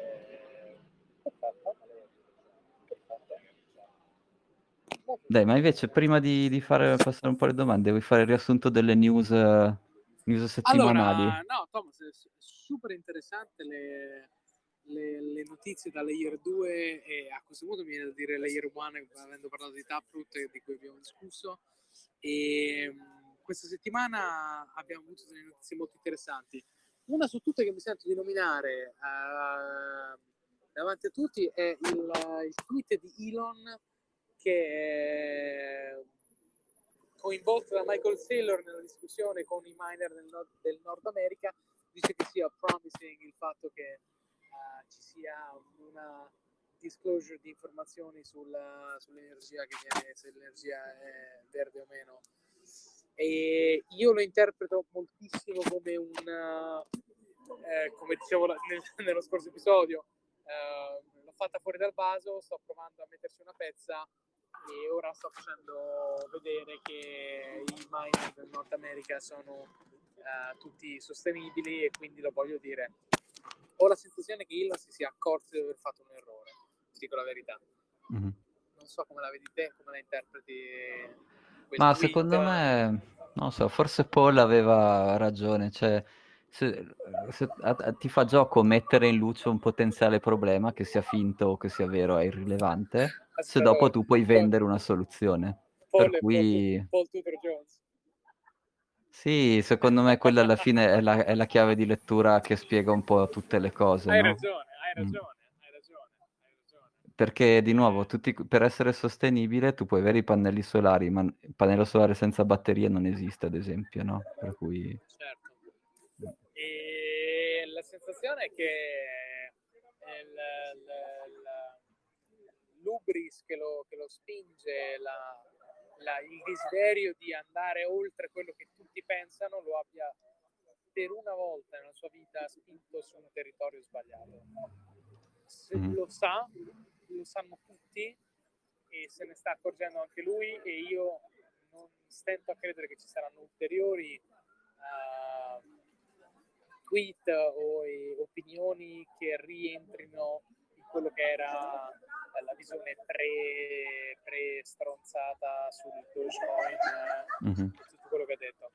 Dai, ma invece prima di passare un po' le domande, vuoi fare il riassunto delle news settimanali? Allora, no, Thomas, è super interessante le notizie da Layer 2 e a questo punto mi viene da dire Layer 1, avendo parlato di Taproot di cui abbiamo discusso. E questa settimana abbiamo avuto delle notizie molto interessanti. Una su tutte che mi sento di nominare davanti a tutti è il tweet di Elon che è coinvolto da Michael Saylor nella discussione con i miner del Nord America. Dice che sia promising il fatto che ci sia una disclosure di informazioni sull'energia che viene, se l'energia è verde o meno. E io lo interpreto moltissimo come come dicevo nello scorso episodio, l'ho fatta fuori dal vaso, sto provando a metterci una pezza e ora sto facendo vedere che i miner del Nord America sono tutti sostenibili, e quindi lo voglio dire. Ho la sensazione che Elon si sia accorto di aver fatto un errore, ti dico la verità. Mm-hmm. Non so come la vedi te, come la interpreti Ma tweet. secondo me, non so, forse Paul aveva ragione, cioè se ti fa gioco mettere in luce un potenziale problema, che sia finto o che sia vero, è irrilevante, se dopo tu puoi vendere una soluzione. Paul Per cui Paul Tudor Jones. sì, secondo me quella alla fine è la chiave di lettura che spiega un po' tutte le cose, Hai no? ragione. Perché di nuovo, per essere sostenibile tu puoi avere i pannelli solari, ma il pannello solare senza batterie non esiste, ad esempio, no? Per cui... Certo. E la sensazione è che l'ubris che lo spinge, il desiderio di andare oltre quello che tutti pensano, lo abbia per una volta nella sua vita spinto su un territorio sbagliato. Lo sanno tutti e se ne sta accorgendo anche lui, e io non stento a credere che ci saranno ulteriori tweet o opinioni che rientrino in quello che era la visione pre-stronzata sul Dogecoin, tutto quello che ha detto.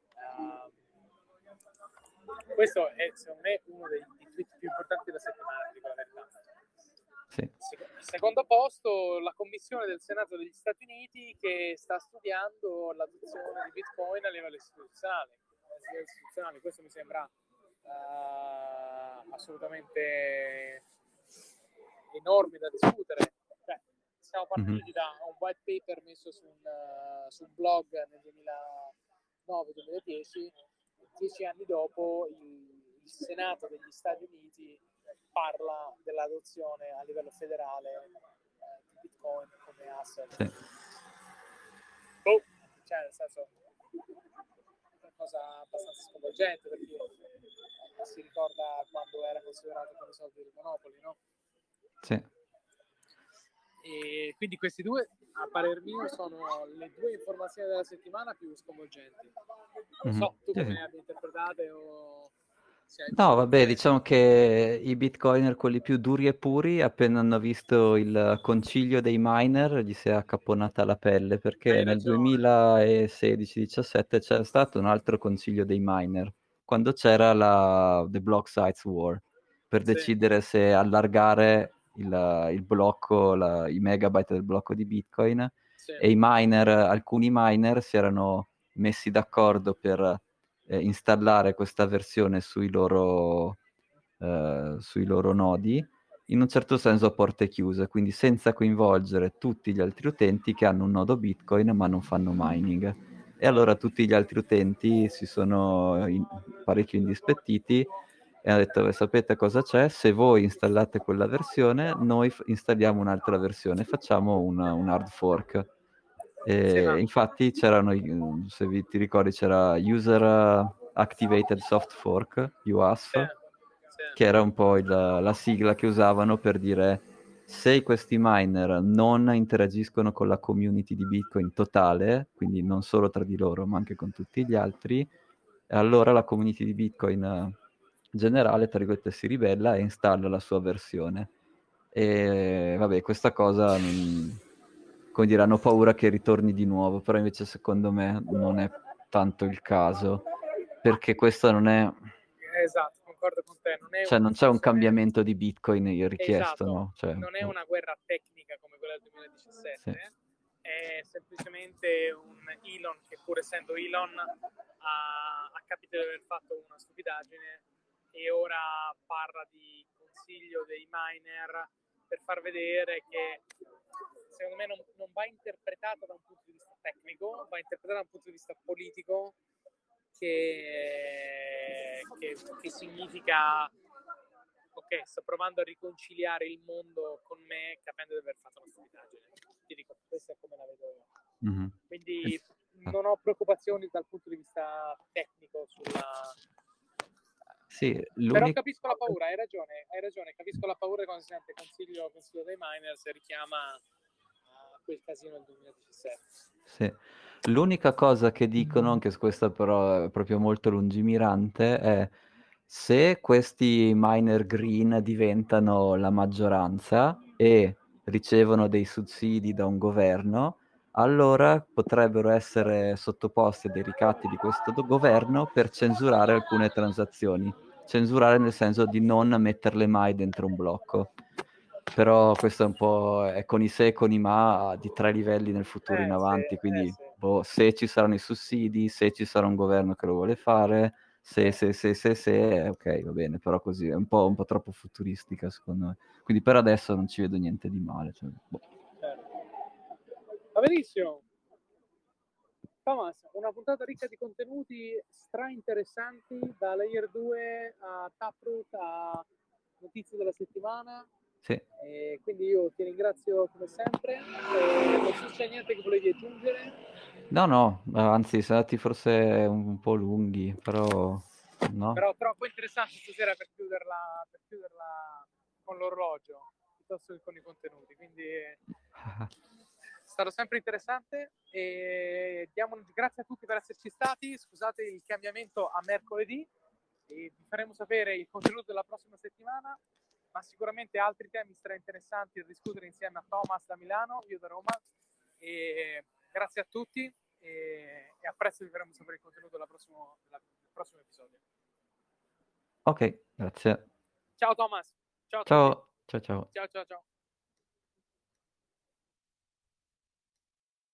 Questo è secondo me uno dei tweet più importanti della settimana, dico la verità. Sì. Secondo posto, la commissione del Senato degli Stati Uniti che sta studiando l'adozione di Bitcoin a livello istituzionale. Questo mi sembra assolutamente enorme da discutere. Cioè, siamo partiti da un white paper messo su un blog nel 2009-2010, 10 anni dopo il Senato degli Stati Uniti parla dell'adozione a livello federale di Bitcoin come asset. Sì. Cioè, nel senso, è una cosa abbastanza sconvolgente, perché si ricorda quando era considerato come soldi del Monopoli, no? Sì. E quindi questi due, a parer mio, sono le due informazioni della settimana più sconvolgenti. Non so tu come le abbia interpretate o... No, vabbè, diciamo che i bitcoiner, quelli più duri e puri, appena hanno visto il concilio dei miner, gli si è accapponata la pelle, perché Hai nel ragione. 2016-17 c'era stato un altro concilio dei miner, quando c'era la The Block Size War, per Sì. decidere se allargare il blocco, i megabyte del blocco di Bitcoin, Sì. e i miner, alcuni miner si erano messi d'accordo per installare questa versione sui loro nodi, in un certo senso a porte chiuse, quindi senza coinvolgere tutti gli altri utenti che hanno un nodo Bitcoin ma non fanno mining. E allora tutti gli altri utenti si sono parecchio indispettiti e hanno detto: sapete cosa c'è? Se voi installate quella versione, noi installiamo un'altra versione, facciamo un hard fork. Sì, ma... Infatti c'erano, se ti ricordi, c'era User Activated Soft Fork, UASF, sì. che era un po' la sigla che usavano per dire: se questi miner non interagiscono con la community di Bitcoin totale, quindi non solo tra di loro, ma anche con tutti gli altri, allora la community di Bitcoin generale, tra virgolette, si ribella e installa la sua versione. E vabbè, questa cosa, come dire, hanno paura che ritorni di nuovo, però invece secondo me non è tanto il caso, perché questo non è... Esatto, concordo con te. Non è Cioè, una non c'è un situazione... cambiamento di Bitcoin richiesto, Esatto, no? Cioè, non è una guerra tecnica come quella del 2017, sì. è semplicemente un Elon che, pur essendo Elon, ha capito di aver fatto una stupidaggine e ora parla di consiglio dei miner per far vedere che secondo me non va interpretata da un punto di vista tecnico, va interpretata da un punto di vista politico, che significa: ok, sto provando a riconciliare il mondo con me capendo di aver fatto una stupidaggine. Ti dico, questa è come la vedo io. Mm-hmm. Quindi non ho preoccupazioni dal punto di vista tecnico sulla... Sì, però capisco la paura, hai ragione, capisco la paura quando si sente consiglio dei miners e richiama a quel casino del 2017. Sì. L'unica cosa che dicono, anche su questa però è proprio molto lungimirante, è: se questi miner green diventano la maggioranza e ricevono dei sussidi da un governo, allora potrebbero essere sottoposti a dei ricatti di questo governo per censurare alcune transazioni. Censurare nel senso di non metterle mai dentro un blocco. Però questo è un po' è con i se e con i ma di 3 livelli nel futuro in avanti, quindi se ci saranno i sussidi, se ci sarà un governo che lo vuole fare, se, ok, va bene, però così è un po' troppo futuristica secondo me. Quindi per adesso non ci vedo niente di male. Cioè, boh. Va benissimo. Thomas, una puntata ricca di contenuti stra interessanti, da Layer 2 a Taproot a notizie della settimana. Sì. E quindi io ti ringrazio come sempre. Non so se c'è niente che volevi aggiungere. No, anzi, siamo andati forse un po' lunghi, però no. Però troppo interessante stasera per chiuderla con l'orologio piuttosto che con i contenuti. Quindi è stato sempre interessante e grazie a tutti per esserci stati. Scusate il cambiamento a mercoledì e vi faremo sapere il contenuto della prossima settimana, ma sicuramente altri temi stra interessanti da discutere insieme a Thomas da Milano, io da Roma. E grazie a tutti e a presto vi faremo sapere il contenuto del prossimo episodio. Ok, grazie. Ciao Thomas. Ciao a Ciao, tutti. ciao. Ciao.